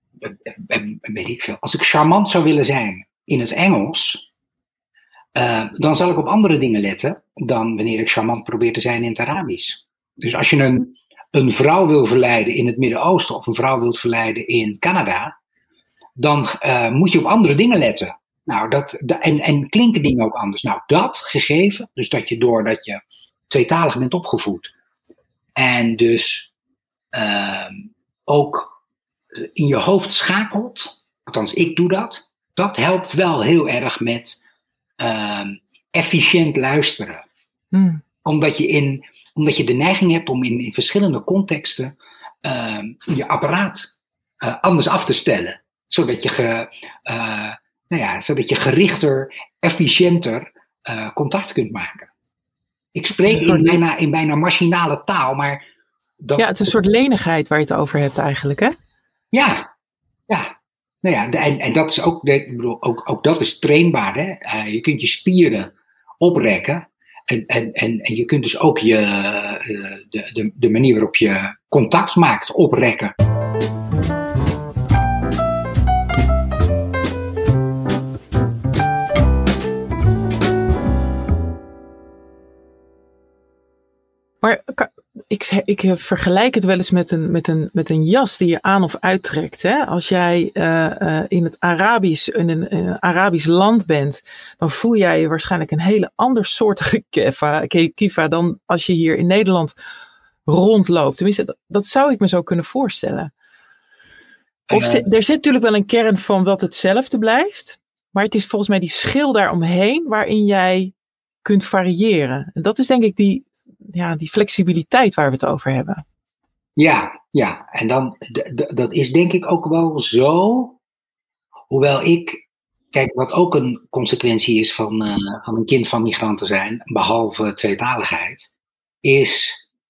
weet ik veel, als ik charmant zou willen zijn in het Engels, Uh, dan zal ik op andere dingen letten dan wanneer ik charmant probeer te zijn in het Arabisch. Dus als je een, een vrouw wil verleiden in het Midden-Oosten of een vrouw wilt verleiden in Canada, dan uh, moet je op andere dingen letten. Nou, dat, de, en, en klinken dingen ook anders. Nou, dat gegeven, dus dat je doordat je tweetalig bent opgevoed en dus uh, ook in je hoofd schakelt, althans ik doe dat, dat helpt wel heel erg met Uh, efficiënt luisteren. Hmm. Omdat, je in, omdat je de neiging hebt om in, in verschillende contexten uh, je apparaat uh, anders af te stellen. Zodat je, ge, uh, nou ja, zodat je gerichter, efficiënter uh, contact kunt maken. Ik spreek in bijna, in bijna machinale taal, maar... Dat, ja, het is een soort lenigheid waar je het over hebt eigenlijk, hè? Ja, ja. Nou ja, en, en dat is ook, ik bedoel, ook, ook dat is trainbaar. Hè? Uh, je kunt je spieren oprekken. En, en, en, en je kunt dus ook je, uh, de, de, de manier waarop je contact maakt oprekken. Maar ik, ik vergelijk het wel eens met een, met, een, met een jas die je aan of uittrekt. Hè? Als jij uh, uh, in het Arabisch, in een, in een Arabisch land bent, dan voel jij je waarschijnlijk een hele andersoortige kifa, kifa dan als je hier in Nederland rondloopt. Tenminste, dat, dat zou ik me zo kunnen voorstellen. Of uh, er zit natuurlijk wel een kern van wat hetzelfde blijft, maar het is volgens mij die schil daaromheen waarin jij kunt variëren. En dat is denk ik die... Ja, die flexibiliteit waar we het over hebben. Ja, ja. En dan, d- d- dat is denk ik ook wel zo. Hoewel ik, kijk, wat ook een consequentie is van, uh, van een kind van migranten zijn, behalve tweetaligheid, is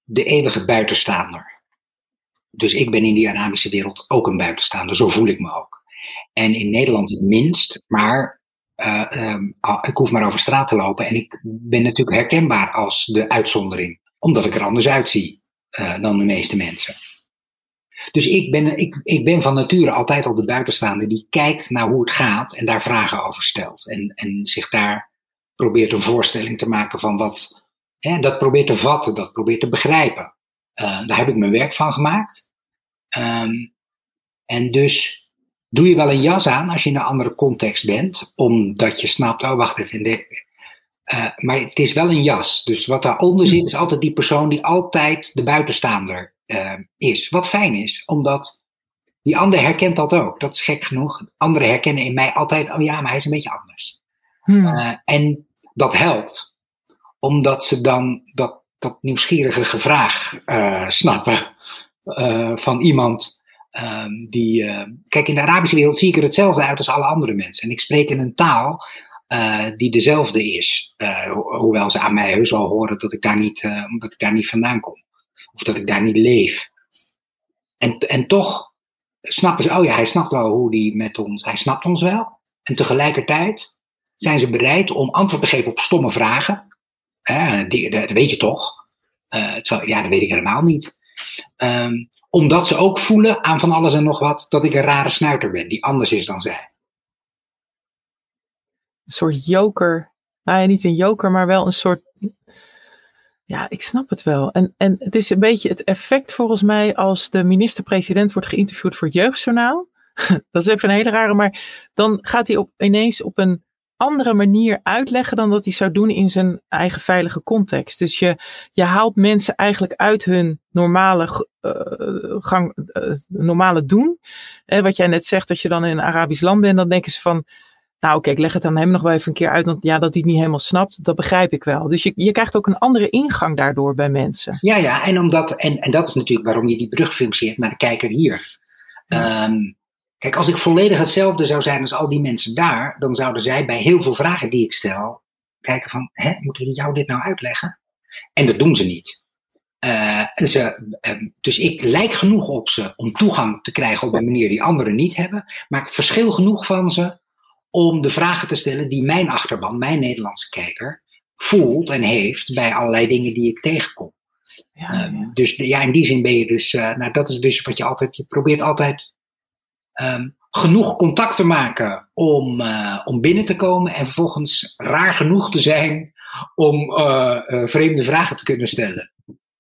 de eeuwige buitenstaander. Dus ik ben in die Arabische wereld ook een buitenstaander, zo voel ik me ook. En in Nederland het minst, maar uh, um, ik hoef maar over straat te lopen en ik ben natuurlijk herkenbaar als de uitzondering, omdat ik er anders uitzie uh, dan de meeste mensen. Dus ik ben, ik, ik ben van nature altijd al de buitenstaander die kijkt naar hoe het gaat en daar vragen over stelt. En, en zich daar probeert een voorstelling te maken van wat, hè, dat probeert te vatten, dat probeert te begrijpen. Uh, daar heb ik mijn werk van gemaakt. Um, en dus doe je wel een jas aan als je in een andere context bent, omdat je snapt, oh wacht even, de, uh, maar het is wel een jas. Dus wat daaronder zit is altijd die persoon die altijd de buitenstaander uh, is. Wat fijn is, omdat die ander herkent dat ook. Dat is gek genoeg. Anderen herkennen in mij altijd, oh ja, maar hij is een beetje anders. Hmm. Uh, en dat helpt, omdat ze dan dat, dat nieuwsgierige gevraag uh, snappen uh, van iemand um, die... Uh, kijk, in de Arabische wereld zie ik er hetzelfde uit als alle andere mensen. En ik spreek in een taal uh, die dezelfde is. Uh, ho- hoewel ze aan mij heus wel horen dat ik daar niet, uh, dat ik daar niet vandaan kom. Of dat ik daar niet leef. En, en toch snappen ze, oh ja, hij snapt wel hoe die met ons... Hij snapt ons wel. En tegelijkertijd zijn ze bereid om antwoord te geven op stomme vragen. Eh, die, dat weet je toch? Uh, terwijl, ja, dat weet ik helemaal niet. Um, omdat ze ook voelen aan van alles en nog wat dat ik een rare snuiter ben, die anders is dan zij. Een soort joker. Nou ja, niet een joker, maar wel een soort... Ja, ik snap het wel. En, en het is een beetje het effect volgens mij als de minister-president wordt geïnterviewd voor het Jeugdjournaal. Dat is even een hele rare, maar dan gaat hij op, ineens op een andere manier uitleggen dan dat hij zou doen in zijn eigen veilige context. Dus je, je haalt mensen eigenlijk uit hun normale uh, gang, uh, normale doen. Eh, wat jij net zegt, dat je dan in een Arabisch land bent, dan denken ze van, nou oké, okay, ik leg het aan hem nog wel even een keer uit, want ja, dat hij het niet helemaal snapt, dat begrijp ik wel. Dus je, je krijgt ook een andere ingang daardoor bij mensen. Ja, ja, en, omdat, en, en dat is natuurlijk waarom je die brugfunctie hebt naar de kijker hier. Ja. Um, Kijk, als ik volledig hetzelfde zou zijn als al die mensen daar, dan zouden zij bij heel veel vragen die ik stel, kijken van, hè, moeten we jou dit nou uitleggen? En dat doen ze niet. Uh, ze, um, dus ik lijk genoeg op ze om toegang te krijgen op een manier die anderen niet hebben, maar ik verschil genoeg van ze om de vragen te stellen die mijn achterban, mijn Nederlandse kijker, voelt en heeft bij allerlei dingen die ik tegenkom. Ja, ja. Uh, dus ja, in die zin ben je dus, uh, nou dat is dus wat je altijd, je probeert altijd Um, genoeg contact te maken om, uh, om binnen te komen en vervolgens raar genoeg te zijn om uh, uh, vreemde vragen te kunnen stellen.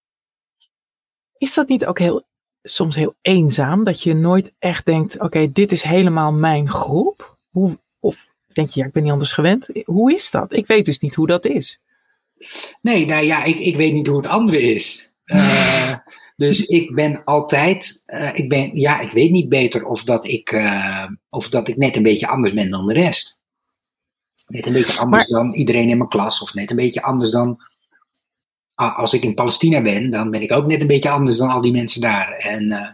Is dat niet ook heel, soms heel eenzaam, dat je nooit echt denkt, oké, okay, dit is helemaal mijn groep? Hoe, of denk je, ja, ik ben niet anders gewend. Hoe is dat? Ik weet dus niet hoe dat is. Nee, nou ja, ik, ik weet niet hoe het andere is. Uh, Dus ik ben altijd, uh, ik ben, ja, ik weet niet beter of dat ik, uh, of dat ik net een beetje anders ben dan de rest. Net een beetje anders maar, dan iedereen in mijn klas, of net een beetje anders dan, uh, als ik in Palestina ben, dan ben ik ook net een beetje anders dan al die mensen daar. En, uh,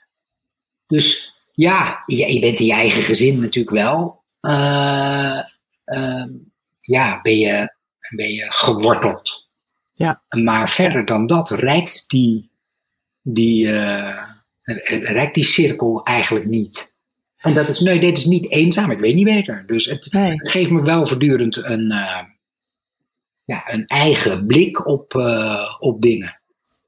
dus ja, je, je bent in je eigen gezin natuurlijk wel, uh, uh, ja, ben je, ben je geworteld. Ja. Maar verder dan dat reikt die, Die, uh, reikt die cirkel eigenlijk niet. En dat is, nee, dit is niet eenzaam, ik weet niet beter. Dus het, nee. het geeft me wel voortdurend een, uh, ja, een eigen blik op, uh, op dingen.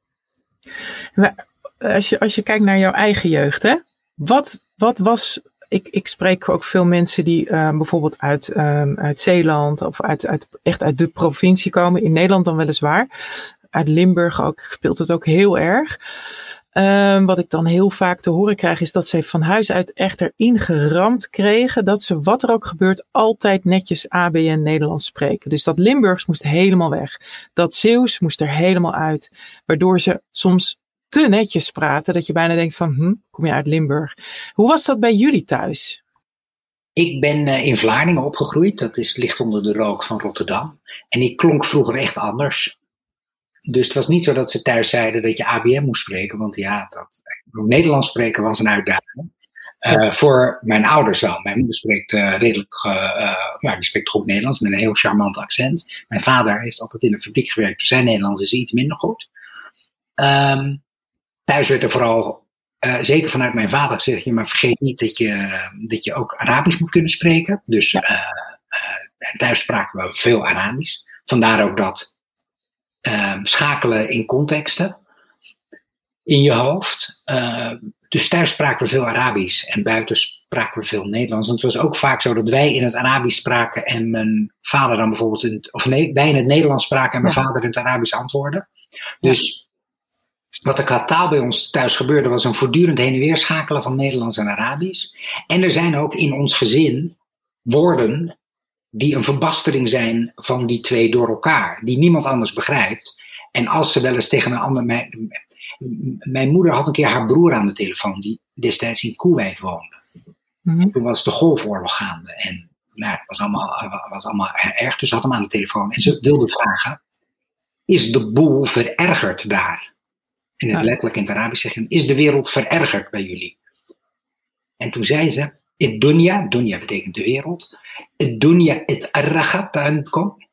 Maar als je, als je kijkt naar jouw eigen jeugd, hè? Wat, wat was... Ik, ik spreek ook veel mensen die uh, bijvoorbeeld uit, um, uit Zeeland of uit, uit, echt uit de provincie komen. In Nederland dan weliswaar. Uit Limburg ook, speelt het ook heel erg. Um, wat ik dan heel vaak te horen krijg is dat ze van huis uit echt erin geramd kregen dat ze, wat er ook gebeurt, altijd netjes A B N Nederlands spreken. Dus dat Limburgs moest helemaal weg. Dat Zeeuws moest er helemaal uit. Waardoor ze soms te netjes praten dat je bijna denkt van, hm, kom je uit Limburg? Hoe was dat bij jullie thuis? Ik ben uh, in Vlaardingen opgegroeid. Dat is, ligt onder de rook van Rotterdam. En ik klonk vroeger echt anders. Dus het was niet zo dat ze thuis zeiden dat je A B N moest spreken. Want ja, dat, Nederlands spreken was een uitdaging. Uh, ja. Voor mijn ouders wel. Mijn moeder spreekt uh, redelijk, uh, uh, ja, die spreekt goed Nederlands met een heel charmant accent. Mijn vader heeft altijd in een fabriek gewerkt, dus zijn Nederlands is iets minder goed. Um, thuis werd er vooral, uh, zeker vanuit mijn vader gezegd, je maar vergeet niet dat je, uh, dat je ook Arabisch moet kunnen spreken. Dus uh, uh, thuis spraken we veel Arabisch. Vandaar ook dat uh, schakelen in contexten in je hoofd. Uh, dus thuis spraken we veel Arabisch en buiten spraken we veel Nederlands. En het was ook vaak zo dat wij in het Arabisch spraken en mijn vader dan bijvoorbeeld in het, of nee, wij in het Nederlands spraken en mijn ja. vader in het Arabisch antwoordde. Dus wat er qua taal bij ons thuis gebeurde was een voortdurend heen en weer schakelen van Nederlands en Arabisch. En er zijn ook in ons gezin woorden die een verbastering zijn van die twee door elkaar, die niemand anders begrijpt. En als ze wel eens tegen een ander... Mijn, mijn moeder had een keer haar broer aan de telefoon, die destijds in Koeweit woonde. Mm-hmm. Toen was de Golfoorlog gaande en nou, het was allemaal, was allemaal erg, dus ze had hem aan de telefoon. En ze wilde vragen, is de boel verergerd daar? In het ja. letterlijk in het Arabisch zeggen, is de wereld verergerd bij jullie? En toen zei ze, het dunya, dunya betekent de wereld, het dunya, het arragat aankom.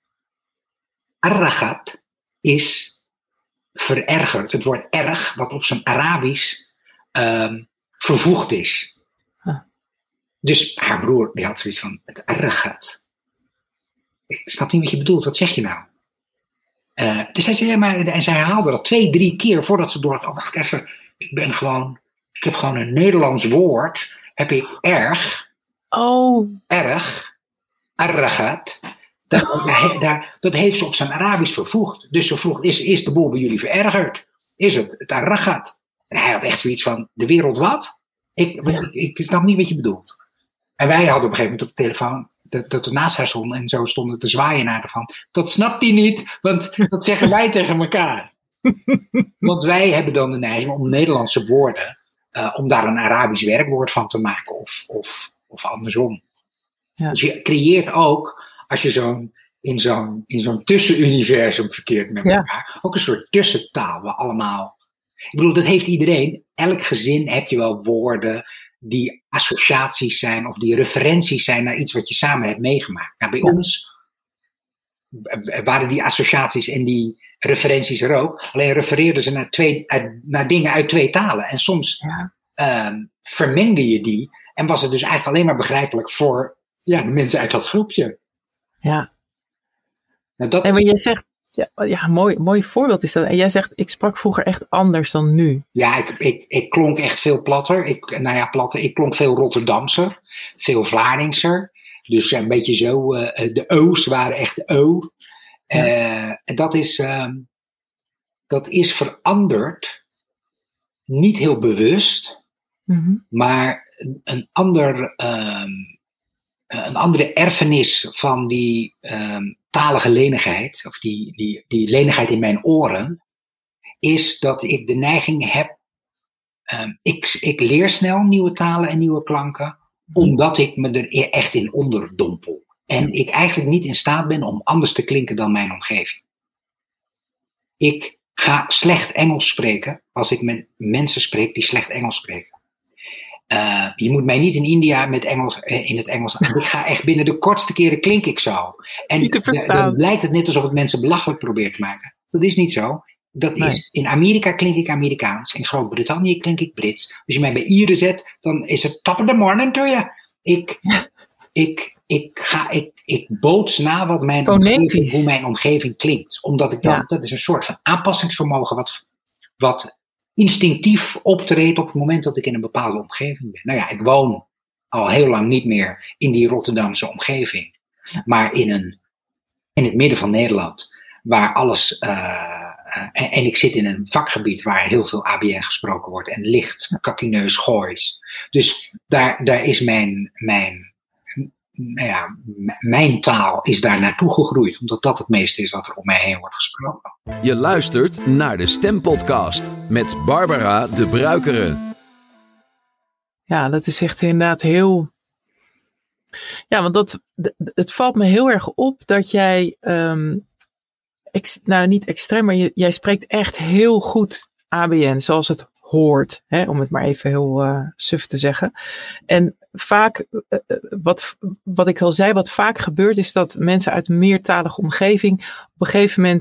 Arragat is verergerd. Het woord erg, wat op zijn Arabisch um, vervoegd is. Huh. Dus haar broer, die had zoiets van, het arragat. Ik snap niet wat je bedoelt, wat zeg je nou? Uh, dus hij zei, ja, maar, en zij herhaalde dat twee, drie keer voordat ze door het, oh wacht even, ik ben gewoon, ik heb gewoon een Nederlands woord, heb ik erg, oh. erg, arragat, dat, daar, daar, dat heeft ze op zijn Arabisch vervoegd. Dus ze vroeg, is, is de boel bij jullie verergerd? Is het, het arragat? En hij had echt zoiets van, de wereld wat? Ik, ik, ik snap niet wat je bedoelt. En wij hadden op een gegeven moment op de telefoon, Dat, dat we naast haar stonden en zo stonden te zwaaien naar haar van, dat snapt hij niet, want dat zeggen wij tegen elkaar. Want wij hebben dan de neiging om Nederlandse woorden, uh, om daar een Arabisch werkwoord van te maken of, of, of andersom. Ja. Dus je creëert ook, als je zo'n, in zo'n, in zo'n tussenuniversum verkeert met elkaar, ja. ook een soort tussentaal waar allemaal, ik bedoel, dat heeft iedereen, elk gezin heb je wel woorden die associaties zijn of die referenties zijn naar iets wat je samen hebt meegemaakt. Nou, bij ja. ons waren die associaties en die referenties er ook. Alleen refereerden ze naar, twee, naar dingen uit twee talen. En soms ja. um, vermengde je die en was het dus eigenlijk alleen maar begrijpelijk voor ja, de mensen uit dat groepje. Ja. Nou, dat en maar is, je zegt, ja, ja mooi, mooi voorbeeld is dat. En jij zegt, ik sprak vroeger echt anders dan nu. Ja, ik, ik, ik klonk echt veel platter. Ik, nou ja, platter. Ik klonk veel Rotterdamser. Veel Vlaardingser. Dus een beetje zo. Uh, de O's waren echt de O. Ja. Uh, en dat is, uh, dat is veranderd. Niet heel bewust. Mm-hmm. Maar een, ander, um, een andere erfenis van die um, talige lenigheid, of die, die, die lenigheid in mijn oren, is dat ik de neiging heb, um, ik, ik leer snel nieuwe talen en nieuwe klanken, omdat ik me er echt in onderdompel. En ik eigenlijk niet in staat ben om anders te klinken dan mijn omgeving. Ik ga slecht Engels spreken als ik met mensen spreek die slecht Engels spreken. Uh, je moet mij niet in India met Engels, in het Engels aan. Ik ga echt binnen de kortste keren klink ik zo. En d- dan lijkt het net alsof ik mensen belachelijk probeer te maken. Dat is niet zo. Dat nee. is, in Amerika klink ik Amerikaans. In Groot-Brittannië klink ik Brits. Als je mij bij Ieren zet, dan is het top of the morning to you. Ik, ik, ik, ga, ik, ik boots na wat mijn omgeving, hoe mijn omgeving klinkt. Omdat ik dan, ja. dat is een soort van aanpassingsvermogen wat, wat instinctief optreedt op het moment dat ik in een bepaalde omgeving ben. Nou ja, ik woon al heel lang niet meer in die Rotterdamse omgeving. Maar in, een, in het midden van Nederland, waar alles... Uh, uh, en, en ik zit in een vakgebied waar heel veel A B N gesproken wordt. En licht, kakkineus, goois. Dus daar, daar is mijn... mijn Nou ja, m- mijn taal is daar naartoe gegroeid, omdat dat het meeste is wat er om mij heen wordt gesproken. Je luistert naar de Stempodcast met Barbara de Bruikere. Ja, dat is echt inderdaad heel... Ja, want dat, het valt me heel erg op dat jij, um, ex, nou niet extreem, maar je, jij spreekt echt heel goed A B N, zoals het hoort, hè, om het maar even heel uh, suf te zeggen. En vaak, uh, wat, wat ik al zei, wat vaak gebeurt is dat mensen uit een meertalige omgeving op een gegeven moment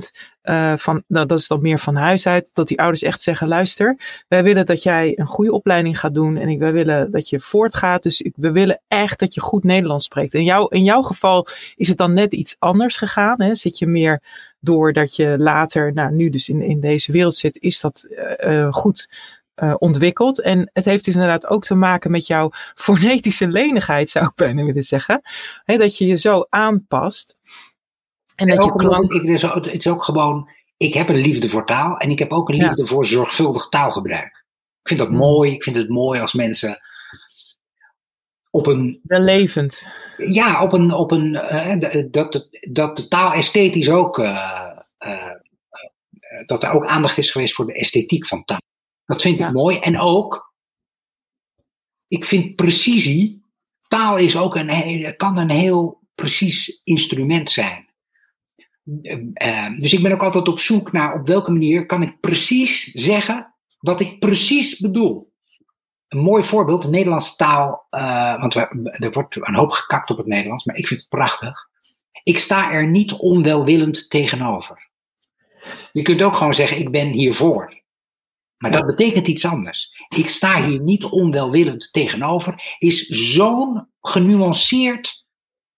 Uh, van, nou, dat is dan meer van huis uit. Dat die ouders echt zeggen, luister, wij willen dat jij een goede opleiding gaat doen. En ik, wij willen dat je voortgaat. Dus ik, we willen echt dat je goed Nederlands spreekt. In, jou, in jouw geval is het dan net iets anders gegaan. Hè? Zit je meer doordat je later, nou nu dus in, in deze wereld zit, is dat uh, goed uh, ontwikkeld. En het heeft dus inderdaad ook te maken met jouw fonetische lenigheid, zou ik bijna willen zeggen. Hè, dat je je zo aanpast. En dat en je klank... ik, dus, het is ook gewoon, ik heb een liefde voor taal en ik heb ook een liefde ja. voor zorgvuldig taalgebruik. Ik vind dat mm. mooi, ik vind het mooi als mensen op een... Wellevend. Ja, op een, op een uh, dat, dat, dat de taal esthetisch ook, uh, uh, uh, dat er ook aandacht is geweest voor de esthetiek van taal. Dat vind ja. ik mooi. En ook, ik vind precisie, taal is ook een, kan een heel precies instrument zijn. Uh, dus ik ben ook altijd op zoek naar op welke manier kan ik precies zeggen wat ik precies bedoel. Een mooi voorbeeld, de Nederlandse taal, uh, want we, er wordt een hoop gekakt op het Nederlands, maar ik vind het prachtig. Ik sta er niet onwelwillend tegenover. Je kunt ook gewoon zeggen, ik ben hiervoor. Maar dat betekent iets anders. Ik sta hier niet onwelwillend tegenover, is zo'n genuanceerd,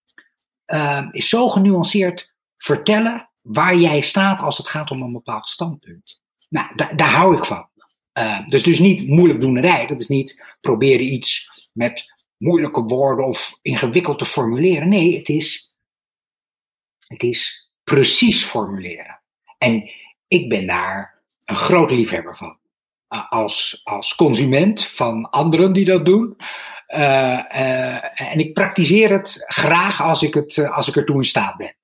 uh, is zo genuanceerd vertellen waar jij staat als het gaat om een bepaald standpunt. Nou, da- daar hou ik van. Uh, dus dus niet moeilijkdoenerij. Dat is niet proberen iets met moeilijke woorden of ingewikkeld te formuleren. Nee, het is, het is precies formuleren. En ik ben daar een groot liefhebber van. Uh, als, als consument van anderen die dat doen. Uh, uh, en ik praktiseer het graag als ik, het, uh, als ik ertoe in staat ben.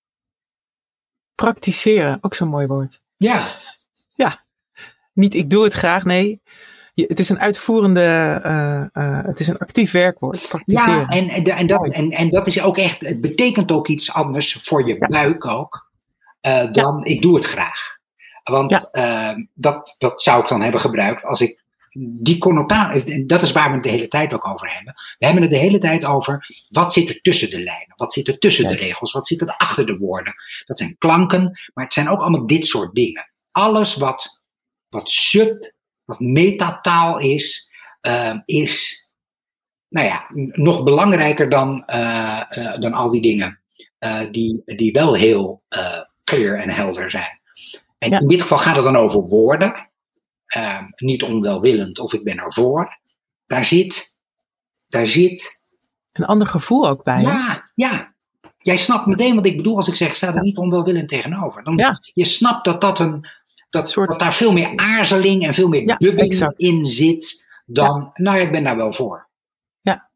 Praktiseren, ook zo'n mooi woord. Ja. Ja. Niet ik doe het graag, nee. Je, het is een uitvoerende, uh, uh, het is een actief werkwoord. Praktiseren. Ja, en, en, en, dat, en, en dat is ook echt, het betekent ook iets anders voor je ja. buik ook, uh, dan ja. ik doe het graag. Want ja. uh, dat, dat zou ik dan hebben gebruikt als ik die connotatie, dat is waar we het de hele tijd ook over hebben. We hebben het de hele tijd over, wat zit er tussen de lijnen? Wat zit er tussen yes. de regels? Wat zit er achter de woorden? Dat zijn klanken, maar het zijn ook allemaal dit soort dingen. Alles wat, wat sub, wat metataal is, uh, is, nou ja, nog belangrijker dan, uh, uh, dan al die dingen, uh, die, die wel heel uh, clear en helder zijn. En ja. in dit geval gaat het dan over woorden. Uh, niet onwelwillend of ik ben ervoor. Daar zit, daar zit... Een ander gevoel ook bij. Ja, hè? ja. Jij snapt meteen wat ik bedoel als ik zeg, sta er ja. niet onwelwillend tegenover. Dan, ja. Je snapt dat, dat, een, dat, soort... dat daar veel meer aarzeling en veel meer ja, dubbing exact. in zit dan, ja. nou ja, ik ben daar wel voor. Ja,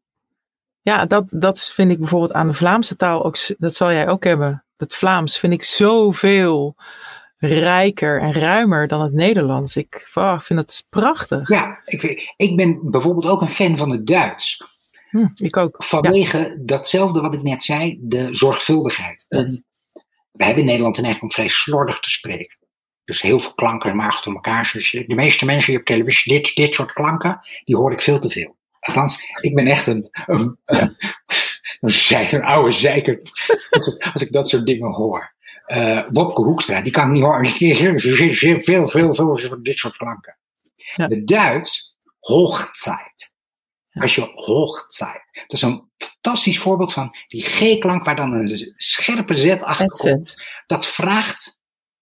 ja dat, dat vind ik bijvoorbeeld aan de Vlaamse taal ook, dat zal jij ook hebben. Het Vlaams vind ik zoveel rijker en ruimer dan het Nederlands. Ik oh, vind dat prachtig. Ja, ik, ik ben bijvoorbeeld ook een fan van het Duits. Hm, ik ook. Vanwege ja. datzelfde wat ik net zei, de zorgvuldigheid. Ja. Uh, we hebben in Nederland een neiging om vrij slordig te spreken. Dus heel veel klanken en maar achter elkaar. Dus de meeste mensen die op televisie, dit, dit soort klanken, die hoor ik veel te veel. Althans, ik ben echt een, een, een, een, zeiker, een oude zeiker als ik, als ik dat soort dingen hoor. Uh, Wopke Hoekstra, die kan ik niet horen. Veel, veel, veel van dit soort klanken. Ja. De Duits, Hochzeit. Ja. Als je Hochzeit. Dat is een fantastisch voorbeeld van die G-klank waar dan een scherpe Z achter komt. Dat vraagt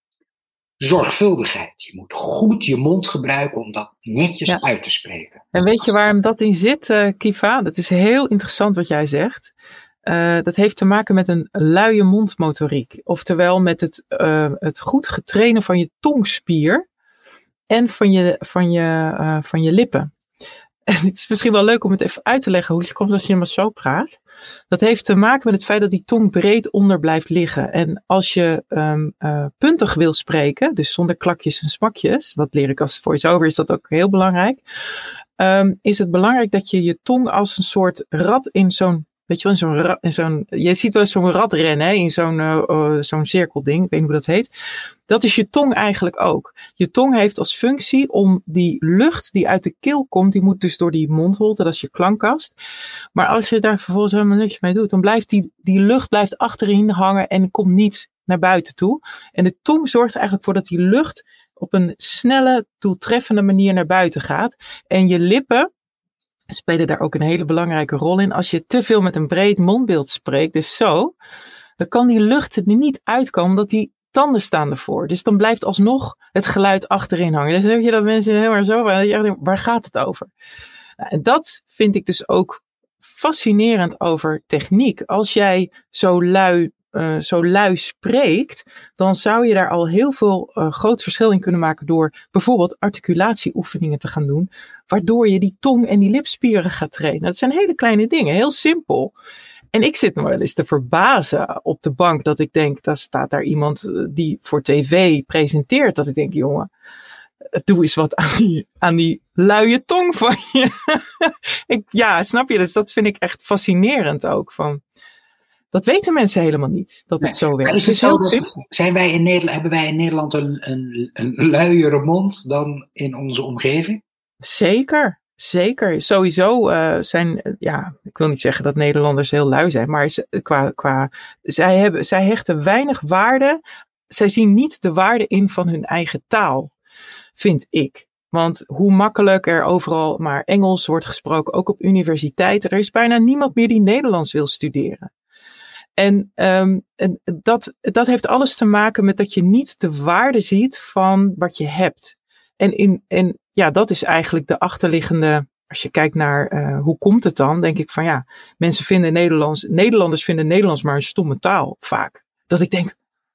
zorgvuldigheid. Je moet goed je mond gebruiken om dat netjes ja. uit te spreken. En weet je waarom dat in zit, uh, Kiva? Dat is heel interessant wat jij zegt. Uh, dat heeft te maken met een luie mondmotoriek. Oftewel met het, uh, het goed getrainen van je tongspier en van je, van je, uh, van je lippen. En het is misschien wel leuk om het even uit te leggen hoe het komt als je maar zo praat. Dat heeft te maken met het feit dat die tong breed onder blijft liggen. En als je um, uh, puntig wil spreken, dus zonder klakjes en smakjes, dat leer ik als voice-over, is dat ook heel belangrijk. Um, is het belangrijk dat je je tong als een soort rad in zo'n Weet je wel, in zo'n, ra- in zo'n, je ziet wel eens zo'n rad rennen, hè, in zo'n, uh, uh, zo'n cirkelding, ik weet niet hoe dat heet. Dat is je tong eigenlijk ook. Je tong heeft als functie om die lucht die uit de keel komt, die moet dus door die mondholte, dat is je klankkast. Maar als je daar vervolgens helemaal niks mee doet, dan blijft die, die lucht blijft achterin hangen en komt niet naar buiten toe. En de tong zorgt er eigenlijk voor dat die lucht op een snelle, doeltreffende manier naar buiten gaat. En je lippen spelen daar ook een hele belangrijke rol in. Als je te veel met een breed mondbeeld spreekt, dus zo, dan kan die lucht er niet uitkomen, omdat die tanden staan ervoor. Dus dan blijft alsnog het geluid achterin hangen. Dus dan heb je dat mensen heel erg zo, waar gaat het over? Nou, en dat vind ik dus ook fascinerend over techniek. Als jij zo lui, uh, zo lui spreekt, dan zou je daar al heel veel uh, groot verschil in kunnen maken door bijvoorbeeld articulatieoefeningen te gaan doen, waardoor je die tong en die lipspieren gaat trainen. Dat zijn hele kleine dingen, heel simpel. En ik zit me wel eens te verbazen op de bank dat ik denk, daar staat daar iemand die voor tv presenteert, dat ik denk, jongen, doe eens wat aan die, aan die luie tong van je. ik, ja, snap je? Dus dat vind ik echt fascinerend ook. Van, dat weten mensen helemaal niet, dat nee, het zo werkt. Is het zo dat, zijn wij in Nederland, hebben wij in Nederland een, een, een luiere mond dan in onze omgeving? Zeker. Zeker, sowieso uh, zijn, ja, ik wil niet zeggen dat Nederlanders heel lui zijn, maar qua, qua, zij, hebben, zij hechten weinig waarde, zij zien niet de waarde in van hun eigen taal, vind ik. Want hoe makkelijk er overal maar Engels wordt gesproken, ook op universiteiten, er is bijna niemand meer die Nederlands wil studeren. En, um, en dat, dat heeft alles te maken met dat je niet de waarde ziet van wat je hebt. En, in, en ja, dat is eigenlijk de achterliggende, als je kijkt naar uh, hoe komt het dan, denk ik van ja, mensen vinden Nederlands, Nederlanders vinden Nederlands maar een stomme taal vaak. Dat ik denk,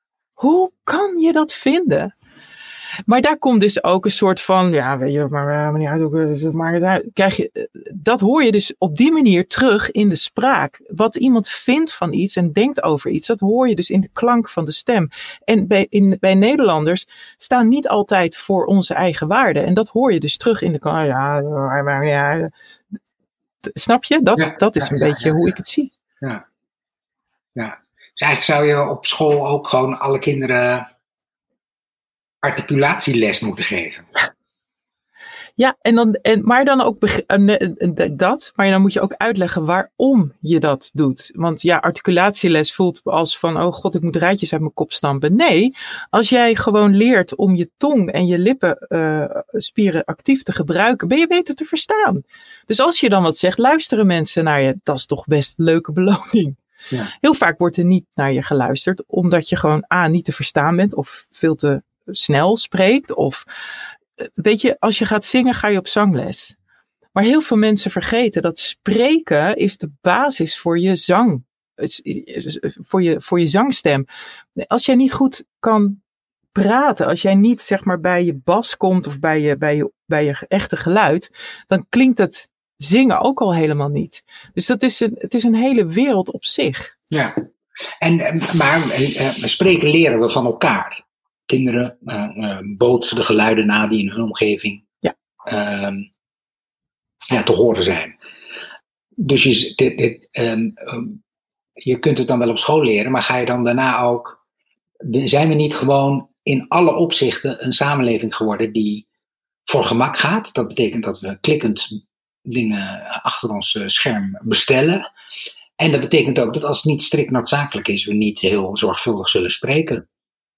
hoe kan je dat vinden? Maar daar komt dus ook een soort van, ja, weet je, maar uh, meneer Uithoek, maakt het uit. Krijg je, dat hoor je dus op die manier terug in de spraak. Wat iemand vindt van iets en denkt over iets, dat hoor je dus in de klank van de stem. En bij, in, bij Nederlanders staan niet altijd voor onze eigen waarden. En dat hoor je dus terug in de klank. Ja, maar ja, snap je? Dat, ja, dat is een ja, beetje ja, ja, hoe ik het zie. Ja. Ja. Dus eigenlijk zou je op school ook gewoon alle kinderen articulatieles moeten geven. Ja, en dan, en, maar dan ook dat, maar dan moet je ook uitleggen waarom je dat doet. Want ja, articulatieles voelt als van, oh god, ik moet rijtjes uit mijn kop stampen. Nee, als jij gewoon leert om je tong en je lippenspieren uh, actief te gebruiken, ben je beter te verstaan. Dus als je dan wat zegt, luisteren mensen naar je, dat is toch best een leuke beloning. Ja. Heel vaak wordt er niet naar je geluisterd, omdat je gewoon A, niet te verstaan bent of veel te snel spreekt. Of weet je, als je gaat zingen, ga je op zangles. Maar heel veel mensen vergeten dat spreken is de basis voor je zang. Voor je, voor je zangstem. Als jij niet goed kan praten, als jij niet zeg maar bij je bas komt of bij je, bij je, bij je echte geluid, dan klinkt het zingen ook al helemaal niet. Dus dat is een, het is een hele wereld op zich. Ja, en, maar uh, spreken leren we van elkaar. Kinderen uh, uh, bootsen de geluiden na die in hun omgeving ja. Uh, ja, te horen zijn. Dus je, dit, dit, um, um, je kunt het dan wel op school leren, maar ga je dan daarna ook, zijn we niet gewoon in alle opzichten een samenleving geworden die voor gemak gaat? Dat betekent dat we klikkend dingen achter ons scherm bestellen. En dat betekent ook dat als het niet strikt noodzakelijk is, we niet heel zorgvuldig zullen spreken.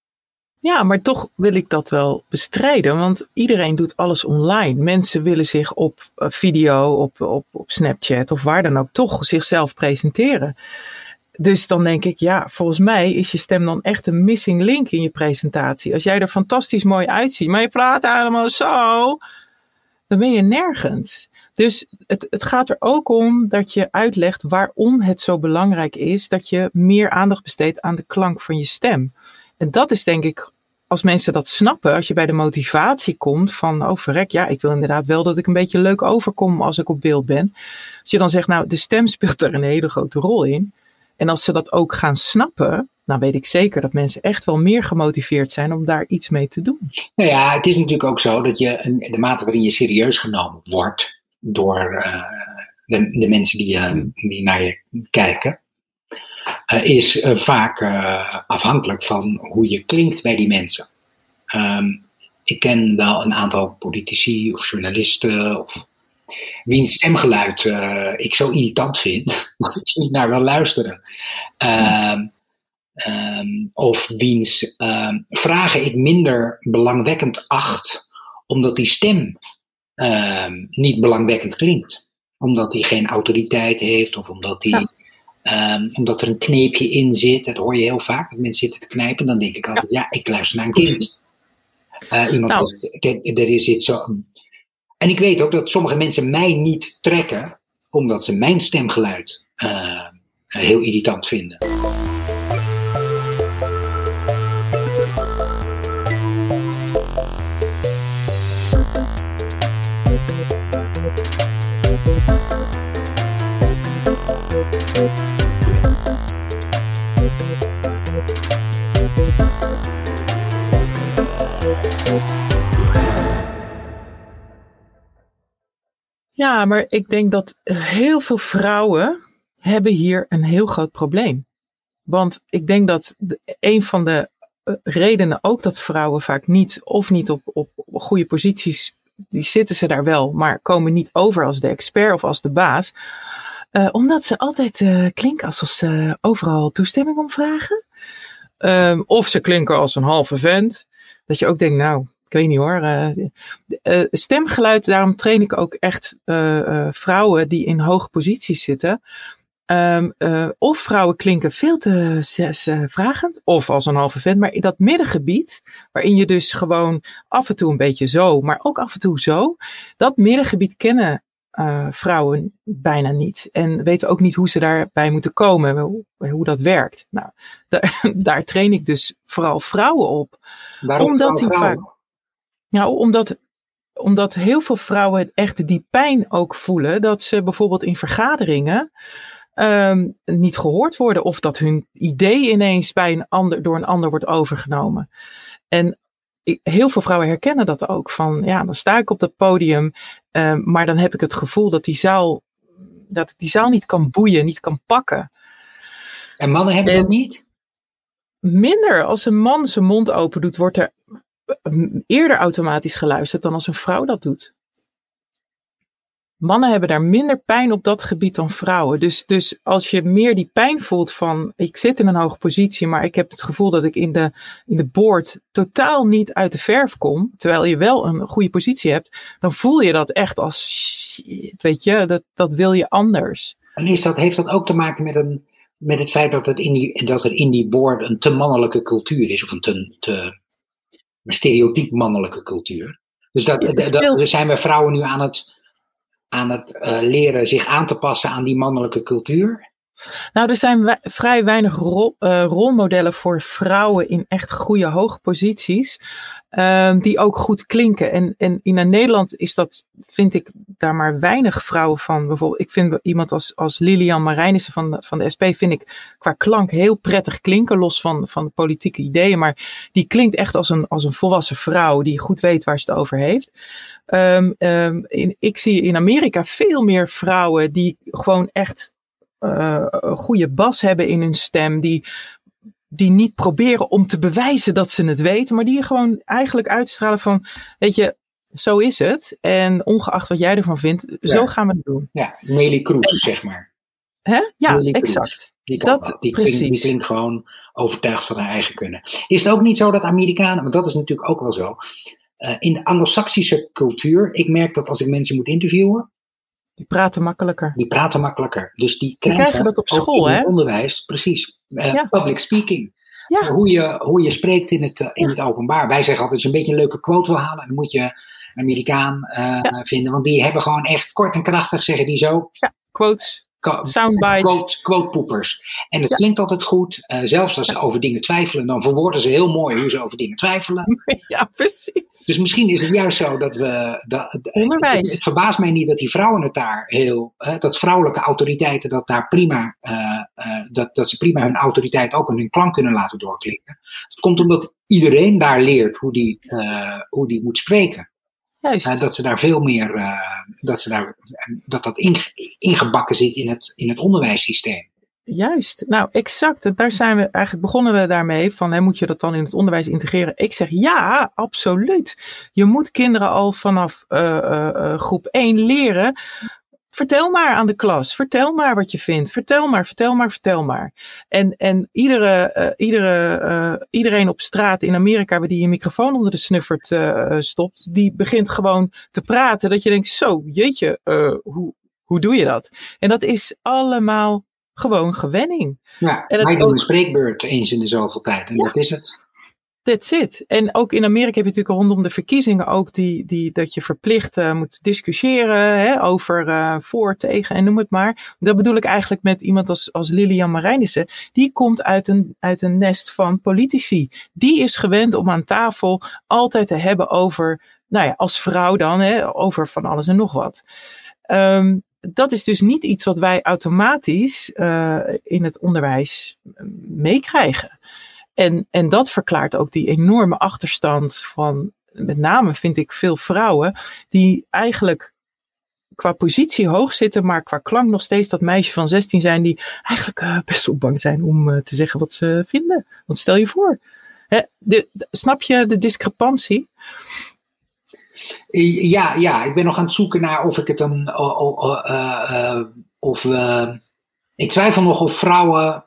Ja, maar toch wil ik dat wel bestrijden, want iedereen doet alles online. Mensen willen zich op video, op, op, op Snapchat of waar dan ook toch zichzelf presenteren. Dus dan denk ik, ja, volgens mij is je stem dan echt een missing link in je presentatie. Als jij er fantastisch mooi uitziet, maar je praat helemaal zo, dan ben je nergens. Dus het, het gaat er ook om dat je uitlegt waarom het zo belangrijk is dat je meer aandacht besteedt aan de klank van je stem. En dat is denk ik, als mensen dat snappen, als je bij de motivatie komt van, oh verrek, ja, ik wil inderdaad wel dat ik een beetje leuk overkom als ik op beeld ben. Als je dan zegt, nou, de stem speelt daar een hele grote rol in. En als ze dat ook gaan snappen, dan weet ik zeker dat mensen echt wel meer gemotiveerd zijn om daar iets mee te doen. Nou ja, het is natuurlijk ook zo dat je, de mate waarin je serieus genomen wordt door uh, de, de mensen die, uh, die naar je kijken, Uh, is uh, vaak uh, afhankelijk van hoe je klinkt bij die mensen. Um, ik ken wel een aantal politici of journalisten of wiens stemgeluid uh, ik zo irritant vind dat ik niet naar wil luisteren. Uh, Um, of wiens um, vragen ik minder belangwekkend acht, omdat die stem um, niet belangwekkend klinkt. Omdat hij geen autoriteit heeft, of omdat, die, ja. um, omdat er een kneepje in zit. Dat hoor je heel vaak, dat mensen zitten te knijpen. Dan denk ik altijd, ja, ja ik luister naar een kind. Uh, iemand nou. zegt, er, er is iets zo. En ik weet ook dat sommige mensen mij niet trekken, omdat ze mijn stemgeluid uh, heel irritant vinden. Ja, maar ik denk dat heel veel vrouwen hebben hier een heel groot probleem. Want ik denk dat de, een van de redenen ook dat vrouwen vaak niet of niet op, op goede posities, die zitten ze daar wel, maar komen niet over als de expert of als de baas. Uh, omdat ze altijd uh, klinken alsof ze overal toestemming om vragen. Um, of ze klinken als een halve vent. Dat je ook denkt, nou, ik weet niet hoor. Uh, uh, stemgeluid, daarom train ik ook echt uh, uh, vrouwen die in hoge posities zitten. Um, uh, of vrouwen klinken veel te uh, vragend, of als een halve vent. Maar in dat middengebied, waarin je dus gewoon af en toe een beetje zo, maar ook af en toe zo. Dat middengebied kennen uh, vrouwen bijna niet. En weten ook niet hoe ze daarbij moeten komen, hoe, hoe dat werkt. Nou, daar, daar train ik dus vooral vrouwen op. Waarom omdat die vrouwen? vaak, nou, omdat, omdat heel veel vrouwen echt die pijn ook voelen, dat ze bijvoorbeeld in vergaderingen Um, niet gehoord worden, of dat hun idee ineens bij een ander, door een ander wordt overgenomen. En ik, heel veel vrouwen herkennen dat ook. Van ja, dan sta ik op dat podium, um, maar dan heb ik het gevoel dat die zaal, dat ik die zaal niet kan boeien, niet kan pakken. En mannen hebben en dat niet? Minder. Als een man zijn mond open doet, wordt er eerder automatisch geluisterd dan als een vrouw dat doet. Mannen hebben daar minder pijn op dat gebied dan vrouwen. Dus, dus als je meer die pijn voelt van, ik zit in een hoge positie, maar ik heb het gevoel dat ik in de, in de board totaal niet uit de verf kom, terwijl je wel een goede positie hebt, dan voel je dat echt als, shit, weet je, dat, dat wil je anders. En is dat, heeft dat ook te maken met, een, met het feit dat, het in die, dat er in die board een te mannelijke cultuur is, of een te, te een stereotyp mannelijke cultuur? Dus dat, ja, dat, dat, dat zijn we vrouwen nu aan het aan het uh, leren zich aan te passen aan die mannelijke cultuur? Nou, er zijn wij, vrij weinig rol, uh, rolmodellen voor vrouwen in echt goede hoge posities, uh, die ook goed klinken. En, en in Nederland is dat, vind ik, daar maar weinig vrouwen van. Bijvoorbeeld, ik vind iemand als, als Lilian Marijnissen van, van de S P, vind ik qua klank heel prettig klinken, los van, van de politieke ideeën. Maar die klinkt echt als een, als een volwassen vrouw, die goed weet waar ze het over heeft. Um, um, in, ik zie in Amerika veel meer vrouwen die gewoon echt uh, een goede bas hebben in hun stem. Die, die niet proberen om te bewijzen dat ze het weten. Maar die gewoon eigenlijk uitstralen van, weet je, zo is het. En ongeacht wat jij ervan vindt, ja. Zo gaan we het doen. Ja, Nelly Kroes, en, zeg maar. Hè? Ja, Nelly exact. Kroes. Die, kan, dat, die, precies. klinkt, die klinkt gewoon overtuigd van haar eigen kunnen. Is het ook niet zo dat Amerikanen, want dat is natuurlijk ook wel zo, Uh, in de Anglo-Saxische cultuur, ik merk dat als ik mensen moet interviewen, die praten makkelijker. Die praten makkelijker. Dus die krijgen, krijgen dat op school, in hè? het onderwijs, precies, uh, ja. public speaking. Ja. Uh, hoe, je, hoe je spreekt in het, uh, in ja. het openbaar. Wij zeggen altijd, als je een beetje een leuke quote wil halen, dan moet je een Amerikaan uh, ja. vinden, want die hebben gewoon echt kort en krachtig, zeggen die zo. Ja, quotes. Soundbites. Quote, quote poepers. En het ja. klinkt altijd goed. Uh, zelfs als ze ja. over dingen twijfelen, dan verwoorden ze heel mooi hoe ze over dingen twijfelen. Ja, precies. Dus misschien is het juist zo dat we... Dat, Onderwijs. Het, het verbaast mij niet dat die vrouwen het daar heel... Uh, dat vrouwelijke autoriteiten dat daar prima... Uh, uh, dat, dat ze prima hun autoriteit ook in hun klank kunnen laten doorklinken. Het komt omdat iedereen daar leert hoe die, uh, hoe die moet spreken. Juist. Uh, dat ze daar veel meer, uh, dat ze daar, dat dat inge, ingebakken zit in het, in het onderwijssysteem. Juist. Nou, exact. Daar zijn we eigenlijk begonnen we daarmee van, hè, moet je dat dan in het onderwijs integreren? Ik zeg ja, absoluut. Je moet kinderen al vanaf uh, uh, groep één leren vertel maar aan de klas. Vertel maar wat je vindt. Vertel maar, vertel maar, vertel maar. En, en iedere, uh, iedere, uh, iedereen op straat in Amerika die een microfoon onder de snuffert uh, stopt, die begint gewoon te praten. Dat je denkt, zo, jeetje, uh, hoe, hoe doe je dat? En dat is allemaal gewoon gewenning. Ja, en wij doen ook, een spreekbeurt eens in de zoveel tijd. En ja, dat is het. That's it. En ook in Amerika heb je natuurlijk rondom de verkiezingen ook die, die, dat je verplicht uh, moet discussiëren hè, over uh, voor, tegen en noem het maar. Dat bedoel ik eigenlijk met iemand als, als Lilian Marijnissen. Die komt uit een, uit een nest van politici. Die is gewend om aan tafel altijd te hebben over, nou ja, als vrouw dan, hè, over van alles en nog wat. Um, dat is dus niet iets wat wij automatisch uh, in het onderwijs meekrijgen. En, en dat verklaart ook die enorme achterstand van, met name vind ik veel vrouwen, die eigenlijk qua positie hoog zitten, maar qua klank nog steeds dat meisje van zestien zijn, die eigenlijk uh, best wel bang zijn om uh, te zeggen wat ze vinden. Want stel je voor, hè, de, de, snap je de discrepantie? Ja, ja, ik ben nog aan het zoeken naar of ik het een, uh, uh, uh, of uh, ik twijfel nog of vrouwen,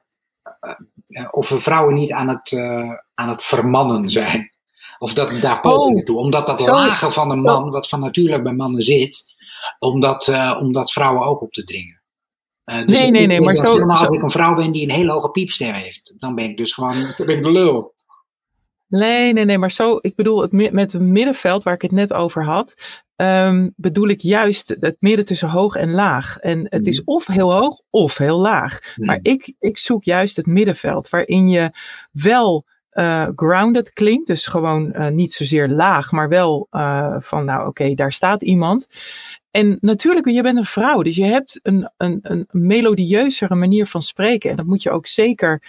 uh, of we vrouwen niet aan het, uh, aan het vermannen zijn. Of dat daar pogingen toe. Omdat dat zo, lagen van een zo. man, wat van natuurlijk bij mannen zit, om dat, uh, om dat vrouwen ook op te dringen. Uh, dus nee, ik, nee, ik, nee, ik, maar als, zo, nou, zo. als ik een vrouw ben die een hele hoge piepstem heeft, dan ben ik dus gewoon, dan ben ik de lul. Nee, nee, nee, maar zo, ik bedoel, het, met het middenveld waar ik het net over had, um, bedoel ik juist het midden tussen hoog en laag. En het is of heel hoog of heel laag. Nee. Maar ik, ik zoek juist het middenveld, waarin je wel uh, grounded klinkt, dus gewoon uh, niet zozeer laag, maar wel uh, van, nou oké, okay, daar staat iemand. En natuurlijk, je bent een vrouw, dus je hebt een, een, een melodieuzere manier van spreken. En dat moet je ook zeker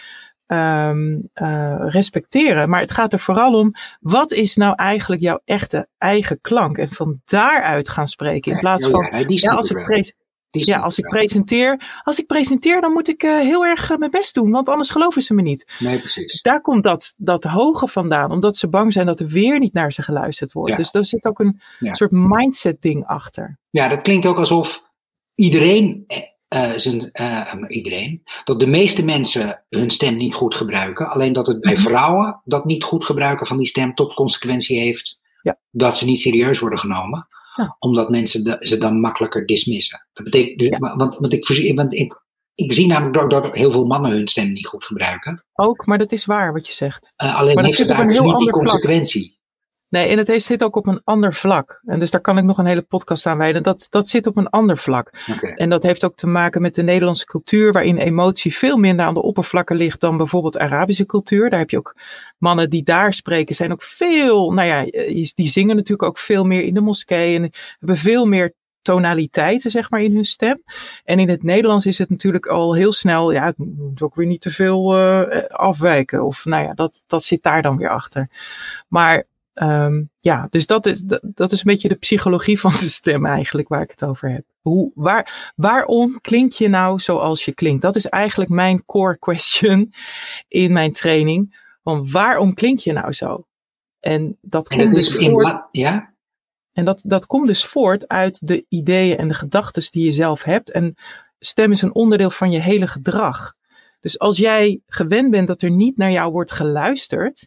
Um, uh, respecteren. Maar het gaat er vooral om, wat is nou eigenlijk jouw echte eigen klank? En van daaruit gaan spreken. In plaats van, ja, ja, ja, als ik, pre- ja, als ik presenteer, als ik presenteer, dan moet ik uh, heel erg uh, mijn best doen, want anders geloven ze me niet. Nee, precies. Daar komt dat, dat hoge vandaan, omdat ze bang zijn dat er weer niet naar ze geluisterd wordt. Ja. Dus daar zit ook een ja. soort mindset ding achter. Ja, dat klinkt ook alsof iedereen... Uh, zijn, uh, iedereen, dat de meeste mensen hun stem niet goed gebruiken. Alleen dat het bij vrouwen dat niet goed gebruiken van die stem tot consequentie heeft ja. dat ze niet serieus worden genomen. Ja. Omdat mensen de, ze dan makkelijker dismissen. Dat betekent, ja. want, want, ik, want ik, ik zie namelijk dat, dat heel veel mannen hun stem niet goed gebruiken. Ook, maar dat is waar wat je zegt. Uh, alleen maar heeft het daar dus niet die consequentie. Vlak. Nee, en het heeft, zit ook op een ander vlak. En dus daar kan ik nog een hele podcast aan wijden. Dat, dat zit op een ander vlak. Okay. En dat heeft ook te maken met de Nederlandse cultuur, waarin emotie veel minder aan de oppervlakken ligt dan bijvoorbeeld Arabische cultuur. Daar heb je ook mannen die daar spreken, zijn ook veel, nou ja, die zingen natuurlijk ook veel meer in de moskee en hebben veel meer tonaliteiten, zeg maar, in hun stem. En in het Nederlands is het natuurlijk al heel snel, ja, het moet ook weer niet te veel uh, afwijken. Of nou ja, dat, dat zit daar dan weer achter. Maar Um, ja, dus dat is, dat, dat is een beetje de psychologie van de stem eigenlijk waar ik het over heb. Hoe, waar, waarom klink je nou zoals je klinkt? Dat is eigenlijk mijn core question in mijn training. Want waarom klink je nou zo? En dat en komt dat dus is voort, in, ja? en dat, dat komt dus voort uit de ideeën en de gedachten die je zelf hebt. En stem is een onderdeel van je hele gedrag. Dus als jij gewend bent dat er niet naar jou wordt geluisterd,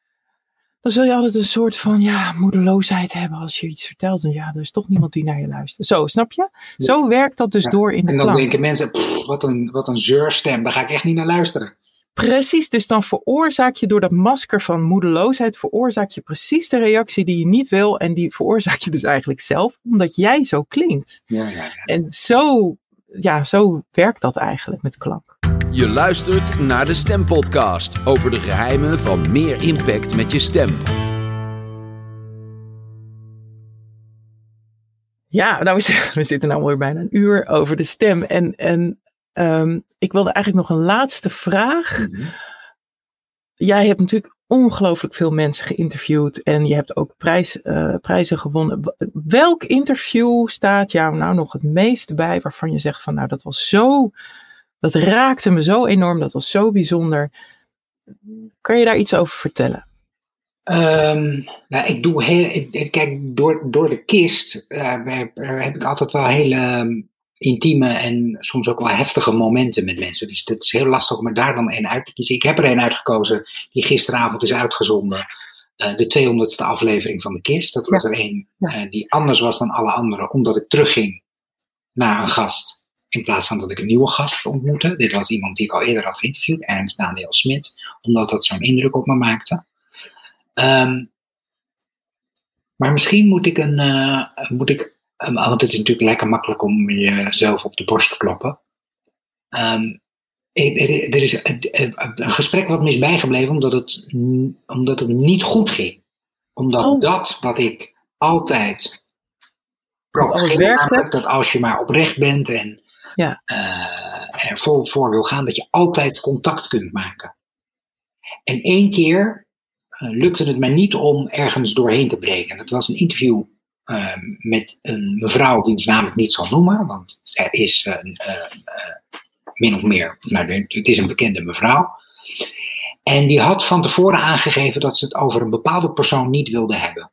dan zul je altijd een soort van ja, moedeloosheid hebben als je iets vertelt. En ja, er is toch niemand die naar je luistert. Zo, snap je? Ja. Zo werkt dat dus ja. door in de klank. En dan klank. denken mensen, pff, wat een, wat een zeurstem, daar ga ik echt niet naar luisteren. Precies, dus dan veroorzaak je door dat masker van moedeloosheid, veroorzaak je precies de reactie die je niet wil. En die veroorzaak je dus eigenlijk zelf, omdat jij zo klinkt. Ja, ja, ja. En zo, ja, zo werkt dat eigenlijk met klank. Je luistert naar de Stempodcast over de geheimen van meer impact met je stem. Ja, nou, we zitten nou weer bijna een uur over de stem. En, en um, ik wilde eigenlijk nog een laatste vraag. Mm-hmm. Jij hebt natuurlijk ongelooflijk veel mensen geïnterviewd en je hebt ook prijs, uh, prijzen gewonnen. Welk interview staat jou nou nog het meest bij waarvan je zegt van nou, dat was zo... Dat raakte me zo enorm, dat was zo bijzonder. Kan je daar iets over vertellen? Um, nou, ik doe heel, ik, kijk, door, door de kist uh, heb, heb ik altijd wel hele intieme en soms ook wel heftige momenten met mensen. Dus het is heel lastig om er daar dan een uit te kiezen. Ik heb er een uitgekozen die gisteravond is uitgezonden. Uh, de tweehonderdste aflevering van de Kist. Dat was ja. er een uh, die anders was dan alle anderen. Omdat ik terugging naar een gast. In plaats van dat ik een nieuwe gast ontmoette. Dit was iemand die ik al eerder had geïnterviewd. Ernst Daniel Smit. Omdat dat zo'n indruk op me maakte. Um, maar misschien moet ik een... Uh, moet ik, um, want het is natuurlijk lekker makkelijk om jezelf op de borst te kloppen. Um, er, er is een, een gesprek wat me is bijgebleven. Omdat het, omdat het niet goed ging. Omdat oh. dat wat ik altijd... propageer, namelijk dat als je maar oprecht bent en ja. uh, er vol voor wil gaan, dat je altijd contact kunt maken. En één keer uh, lukte het mij niet om ergens doorheen te breken. Dat was een interview uh, met een mevrouw die ze namelijk niet zal noemen, want zij is uh, uh, uh, min of meer, nou, het is een bekende mevrouw. En die had van tevoren aangegeven dat ze het over een bepaalde persoon niet wilde hebben.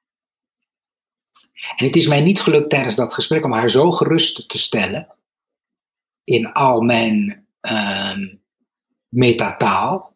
En het is mij niet gelukt tijdens dat gesprek om haar zo gerust te stellen in al mijn uh, metataal,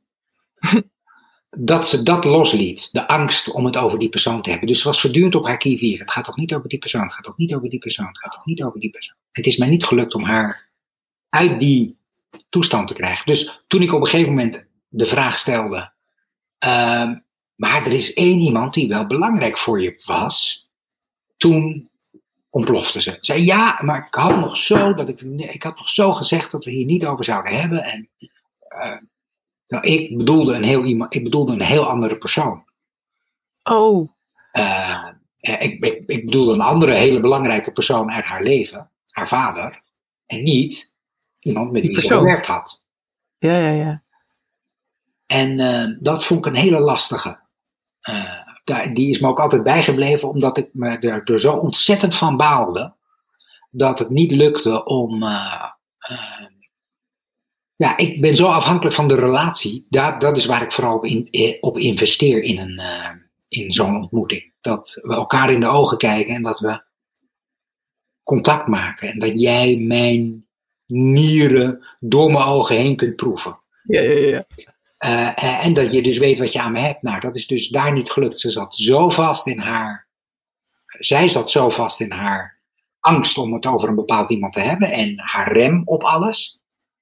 dat ze dat losliet, de angst om het over die persoon te hebben. Dus ze was voortdurend op haar qui vive. Het gaat toch niet over die persoon, het gaat toch niet over die persoon, het gaat toch niet over die persoon. Het is mij niet gelukt om haar uit die toestand te krijgen. Dus toen ik op een gegeven moment de vraag stelde, uh, maar er is één iemand die wel belangrijk voor je was... Toen ontplofte ze. Ze zei, ja, maar ik had nog zo, dat ik, ik had nog zo gezegd dat we hier niet over zouden hebben. En uh, nou, ik bedoelde een heel ik bedoelde een heel andere persoon. Oh. Uh, ik, ik, ik bedoelde een andere hele belangrijke persoon uit haar leven, haar vader, en niet iemand met Die wie persoon. ze gewerkt had. Ja, ja, ja. En uh, dat vond ik een hele lastige. Uh, Die is me ook altijd bijgebleven, omdat ik me er, er zo ontzettend van baalde. Dat het niet lukte om... Uh, uh, ja, ik ben zo afhankelijk van de relatie. Dat, dat is waar ik vooral op, in, op investeer in, een, uh, in zo'n ontmoeting. Dat we elkaar in de ogen kijken en dat we contact maken. En dat jij mijn nieren door mijn ogen heen kunt proeven. Ja, ja, ja. Uh, en dat je dus weet wat je aan me hebt. Nou, dat is dus daar niet gelukt. Ze zat zo vast in haar... Zij zat zo vast in haar angst om het over een bepaald iemand te hebben. En haar rem op alles.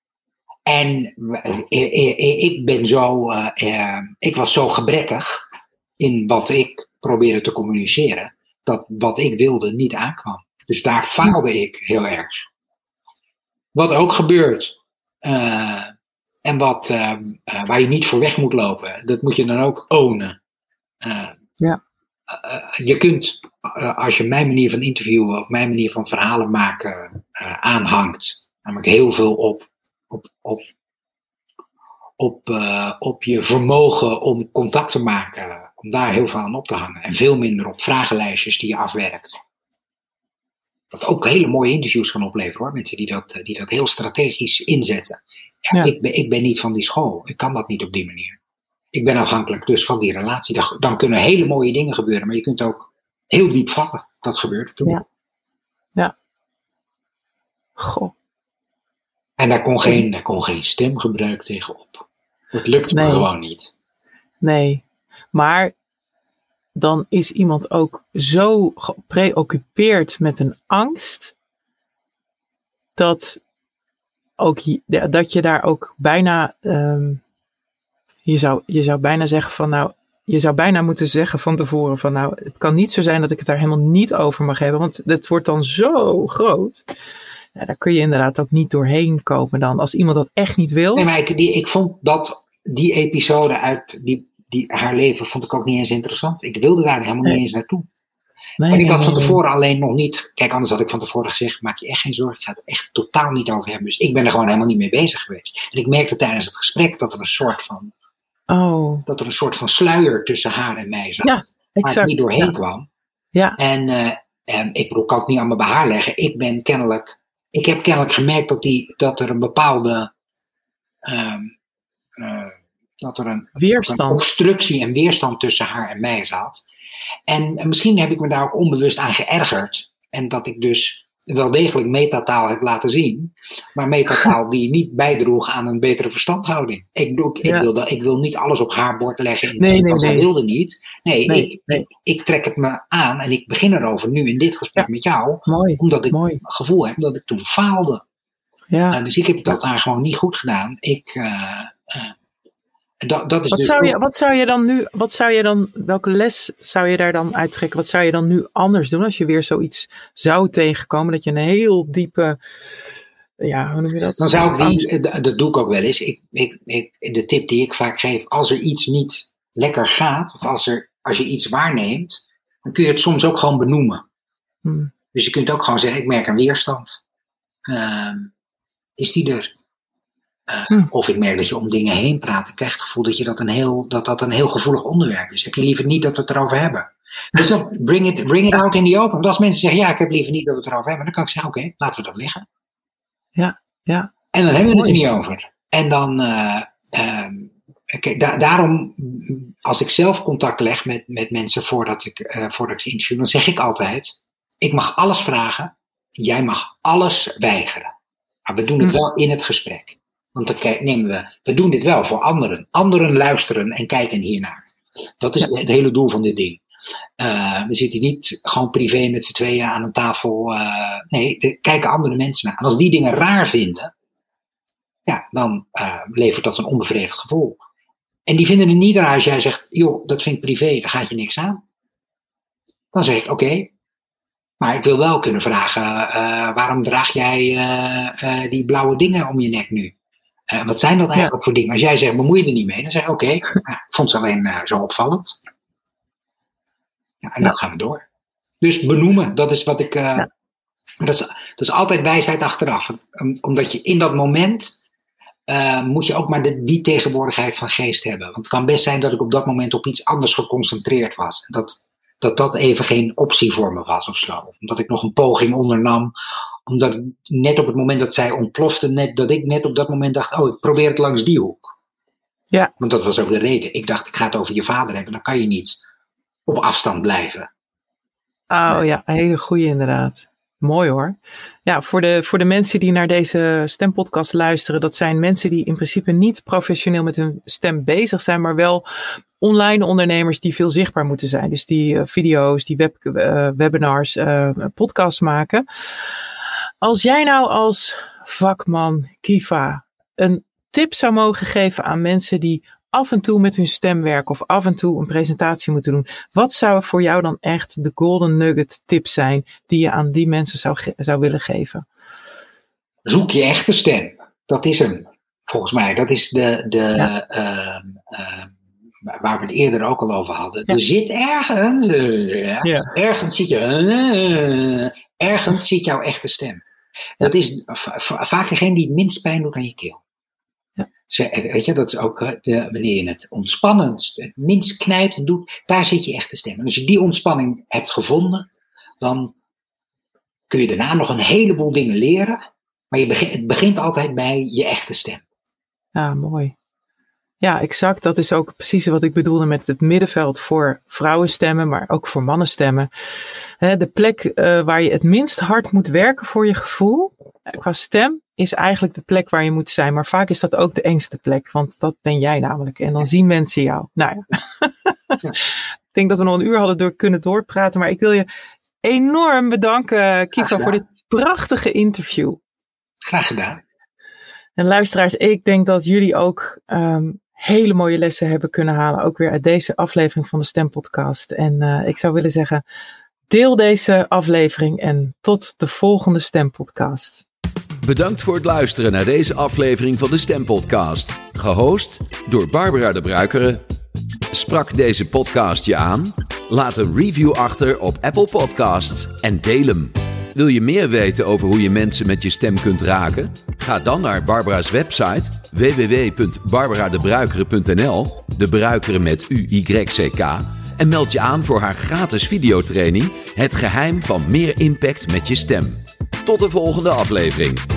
En uh, ik ben zo... Uh, uh, ik was zo gebrekkig in wat ik probeerde te communiceren. Dat wat ik wilde niet aankwam. Dus daar faalde ik heel erg. Wat ook gebeurt... Uh, En wat, uh, uh, waar je niet voor weg moet lopen. Dat moet je dan ook ownen. Uh, ja. uh, je kunt, uh, als je mijn manier van interviewen of mijn manier van verhalen maken uh, aanhangt. Namelijk heel veel op, op, op, op, uh, op je vermogen om contact te maken. Om daar heel veel aan op te hangen. En veel minder op vragenlijstjes die je afwerkt. Wat ook hele mooie interviews gaan opleveren hoor. Mensen die dat, die dat heel strategisch inzetten. Ja, ja. Ik, ben, ik ben niet van die school. Ik kan dat niet op die manier. Ik ben afhankelijk dus van die relatie. Dan kunnen hele mooie dingen gebeuren. Maar je kunt ook heel diep vallen. Dat gebeurt toen. Ja. Ja. Goh. En daar kon geen, daar kon geen stemgebruik tegenop. Dat lukt nee. me gewoon niet. Nee. Maar dan is iemand ook zo gepreoccupeerd met een angst. Dat... Ook dat je daar ook bijna, um, je, zou, je zou bijna zeggen van nou, je zou bijna moeten zeggen van tevoren van nou, het kan niet zo zijn dat ik het daar helemaal niet over mag hebben, want het wordt dan zo groot. Ja, daar kun je inderdaad ook niet doorheen komen dan, als iemand dat echt niet wil. Nee, maar ik, die, ik vond dat, die episode uit die, die, haar leven vond ik ook niet eens interessant. Ik wilde daar helemaal nee. niet eens naartoe. Nee, en ik had van tevoren alleen nog niet... Kijk, anders had ik van tevoren gezegd... Maak je echt geen zorgen, ik ga het echt totaal niet over hebben. Dus ik ben er gewoon helemaal niet mee bezig geweest. En ik merkte tijdens het gesprek dat er een soort van... Oh. Dat er een soort van sluier tussen haar en mij zat. Ja, exact. Waar ik niet doorheen ja. kwam. Ja. En uh, um, ik bedoel, ik kan het niet allemaal bij haar leggen. Ik ben kennelijk... Ik heb kennelijk gemerkt dat, die, dat er een bepaalde... Um, uh, dat er een, weerstand. een obstructie en weerstand tussen haar en mij zat... En misschien heb ik me daar ook onbewust aan geërgerd. En dat ik dus wel degelijk metataal heb laten zien, maar metataal die niet bijdroeg aan een betere verstandhouding. Ik, doe, ik, Ja. wil, dat, ik wil niet alles op haar bord leggen in Nee, nee, nee, wat nee. zij wilde niet. Nee, Nee, ik, nee. ik trek het me aan en ik begin erover nu in dit gesprek Ja. met jou, Mooi, omdat ik mooi. het gevoel heb dat ik toen faalde. Ja. Uh, dus ik heb dat daar gewoon niet goed gedaan. Ik, uh, uh, dat, dat is Wat dus zou, je, ook- wat zou je dan nu, wat zou je dan, welke les zou je daar dan uittrekken? Wat zou je dan nu anders doen als je weer zoiets zou tegenkomen? Dat je een heel diepe, ja, hoe noem je dat? Dan zou ik Angst- die, d- dat doe ik ook wel eens. Ik, ik, ik, de tip die ik vaak geef, als er iets niet lekker gaat, of als, er, als je iets waarneemt, dan kun je het soms ook gewoon benoemen. Hmm. Dus je kunt ook gewoon zeggen, ik merk een weerstand. Uh, is die er? Uh, Hmm. Of ik merk dat je om dingen heen praat. Ik krijg het gevoel dat je dat, een heel, dat, dat een heel gevoelig onderwerp is. Heb je liever niet dat we het erover hebben? Dus dan bring it, bring it out in the open. Want als mensen zeggen, ja, ik heb liever niet dat we het erover hebben, dan kan ik zeggen, oké, okay, laten we dat liggen. Ja, ja. En dan hebben we het er Mooi. niet over. En dan, uh, uh, kijk, da- daarom, als ik zelf contact leg met, met mensen voordat ik, uh, voordat ik ze interview, dan zeg ik altijd, ik mag alles vragen, jij mag alles weigeren. Maar we doen het Hm. wel in het gesprek. Want dan kijk- nemen we, we doen dit wel voor anderen. Anderen luisteren en kijken hiernaar. Dat is Ja. het hele doel van dit ding. Uh, we zitten niet gewoon privé met z'n tweeën aan een tafel. Uh, nee, er kijken andere mensen naar. En als die dingen raar vinden, ja, dan uh, levert dat een onbevredigd gevoel. En die vinden het niet raar als jij zegt, joh, dat vind ik privé, daar gaat je niks aan. Dan zeg ik, oké, okay, maar ik wil wel kunnen vragen, uh, waarom draag jij uh, uh, die blauwe dingen om je nek nu? Uh, wat zijn dat eigenlijk ja. voor dingen? Als jij zegt, bemoei je er niet mee, dan zeg ik, oké, okay, nou, ik vond ze alleen uh, zo opvallend. Ja, en dan ja. gaan we door. Dus benoemen, dat is wat ik... Uh, ja. dat, is, dat is altijd wijsheid achteraf. Om, omdat je in dat moment... Uh, moet je ook maar de, die tegenwoordigheid van geest hebben. Want het kan best zijn dat ik op dat moment op iets anders geconcentreerd was. Dat dat, dat even geen optie voor me was of zo. Of omdat ik nog een poging ondernam. Omdat ik net op het moment dat zij ontplofte, net, dat ik net op dat moment dacht, oh, ik probeer het langs die hoek. Ja. Want dat was ook de reden. Ik dacht, ik ga het over je vader hebben. Dan kan je niet op afstand blijven. Oh ja, een hele goeie inderdaad. Mooi hoor. Ja, voor de, voor de mensen die naar deze stempodcast luisteren, dat zijn mensen die in principe niet professioneel met hun stem bezig zijn, maar wel online ondernemers die veel zichtbaar moeten zijn. Dus die uh, video's, die web, uh, webinars, uh, podcasts maken. Als jij nou als vakman Kiva een tip zou mogen geven aan mensen die af en toe met hun stem werken of af en toe een presentatie moeten doen. Wat zou voor jou dan echt de golden nugget tip zijn die je aan die mensen zou, ge- zou willen geven? Zoek je echte stem. Dat is hem. Volgens mij. Dat is de, de ja. uh, uh, waar we het eerder ook al over hadden. Ja. Er zit ergens, uh, ja, ja. ergens zit je, uh, ergens zit jouw echte stem. Dat ja. is v- vaak degene die het minst pijn doet aan je keel. Weet je, dat is ook de, wanneer je het ontspannendst, het minst knijpt en doet, daar zit je echte stem. En als je die ontspanning hebt gevonden, dan kun je daarna nog een heleboel dingen leren. Maar je begint, het begint altijd bij je echte stem. Ja, mooi. Ja, exact. Dat is ook precies wat ik bedoelde met het middenveld voor vrouwenstemmen, maar ook voor mannenstemmen. De plek uh, waar je het minst hard moet werken voor je gevoel, qua stem, is eigenlijk de plek waar je moet zijn. Maar vaak is dat ook de engste plek, want dat ben jij namelijk. En dan zien mensen jou. Nou ja. ja. Ik denk dat we nog een uur hadden door kunnen doorpraten, maar ik wil je enorm bedanken, Kiva, voor dit prachtige interview. Graag gedaan. En luisteraars, ik denk dat jullie ook um, hele mooie lessen hebben kunnen halen. Ook weer uit deze aflevering van de Stempodcast. En uh, ik zou willen zeggen, deel deze aflevering en tot de volgende Stempodcast. Bedankt voor het luisteren naar deze aflevering van de Stempodcast. Gehost door Barbara de Bruikere. Sprak deze podcast je aan? Laat een review achter op Apple Podcasts en deel hem. Wil je meer weten over hoe je mensen met je stem kunt raken? Ga dan naar Barbara's website w w w punt barbara de bruikere punt n l, de Bruikere met U Y C K, en meld je aan voor haar gratis videotraining Het geheim van meer impact met je stem. Tot de volgende aflevering.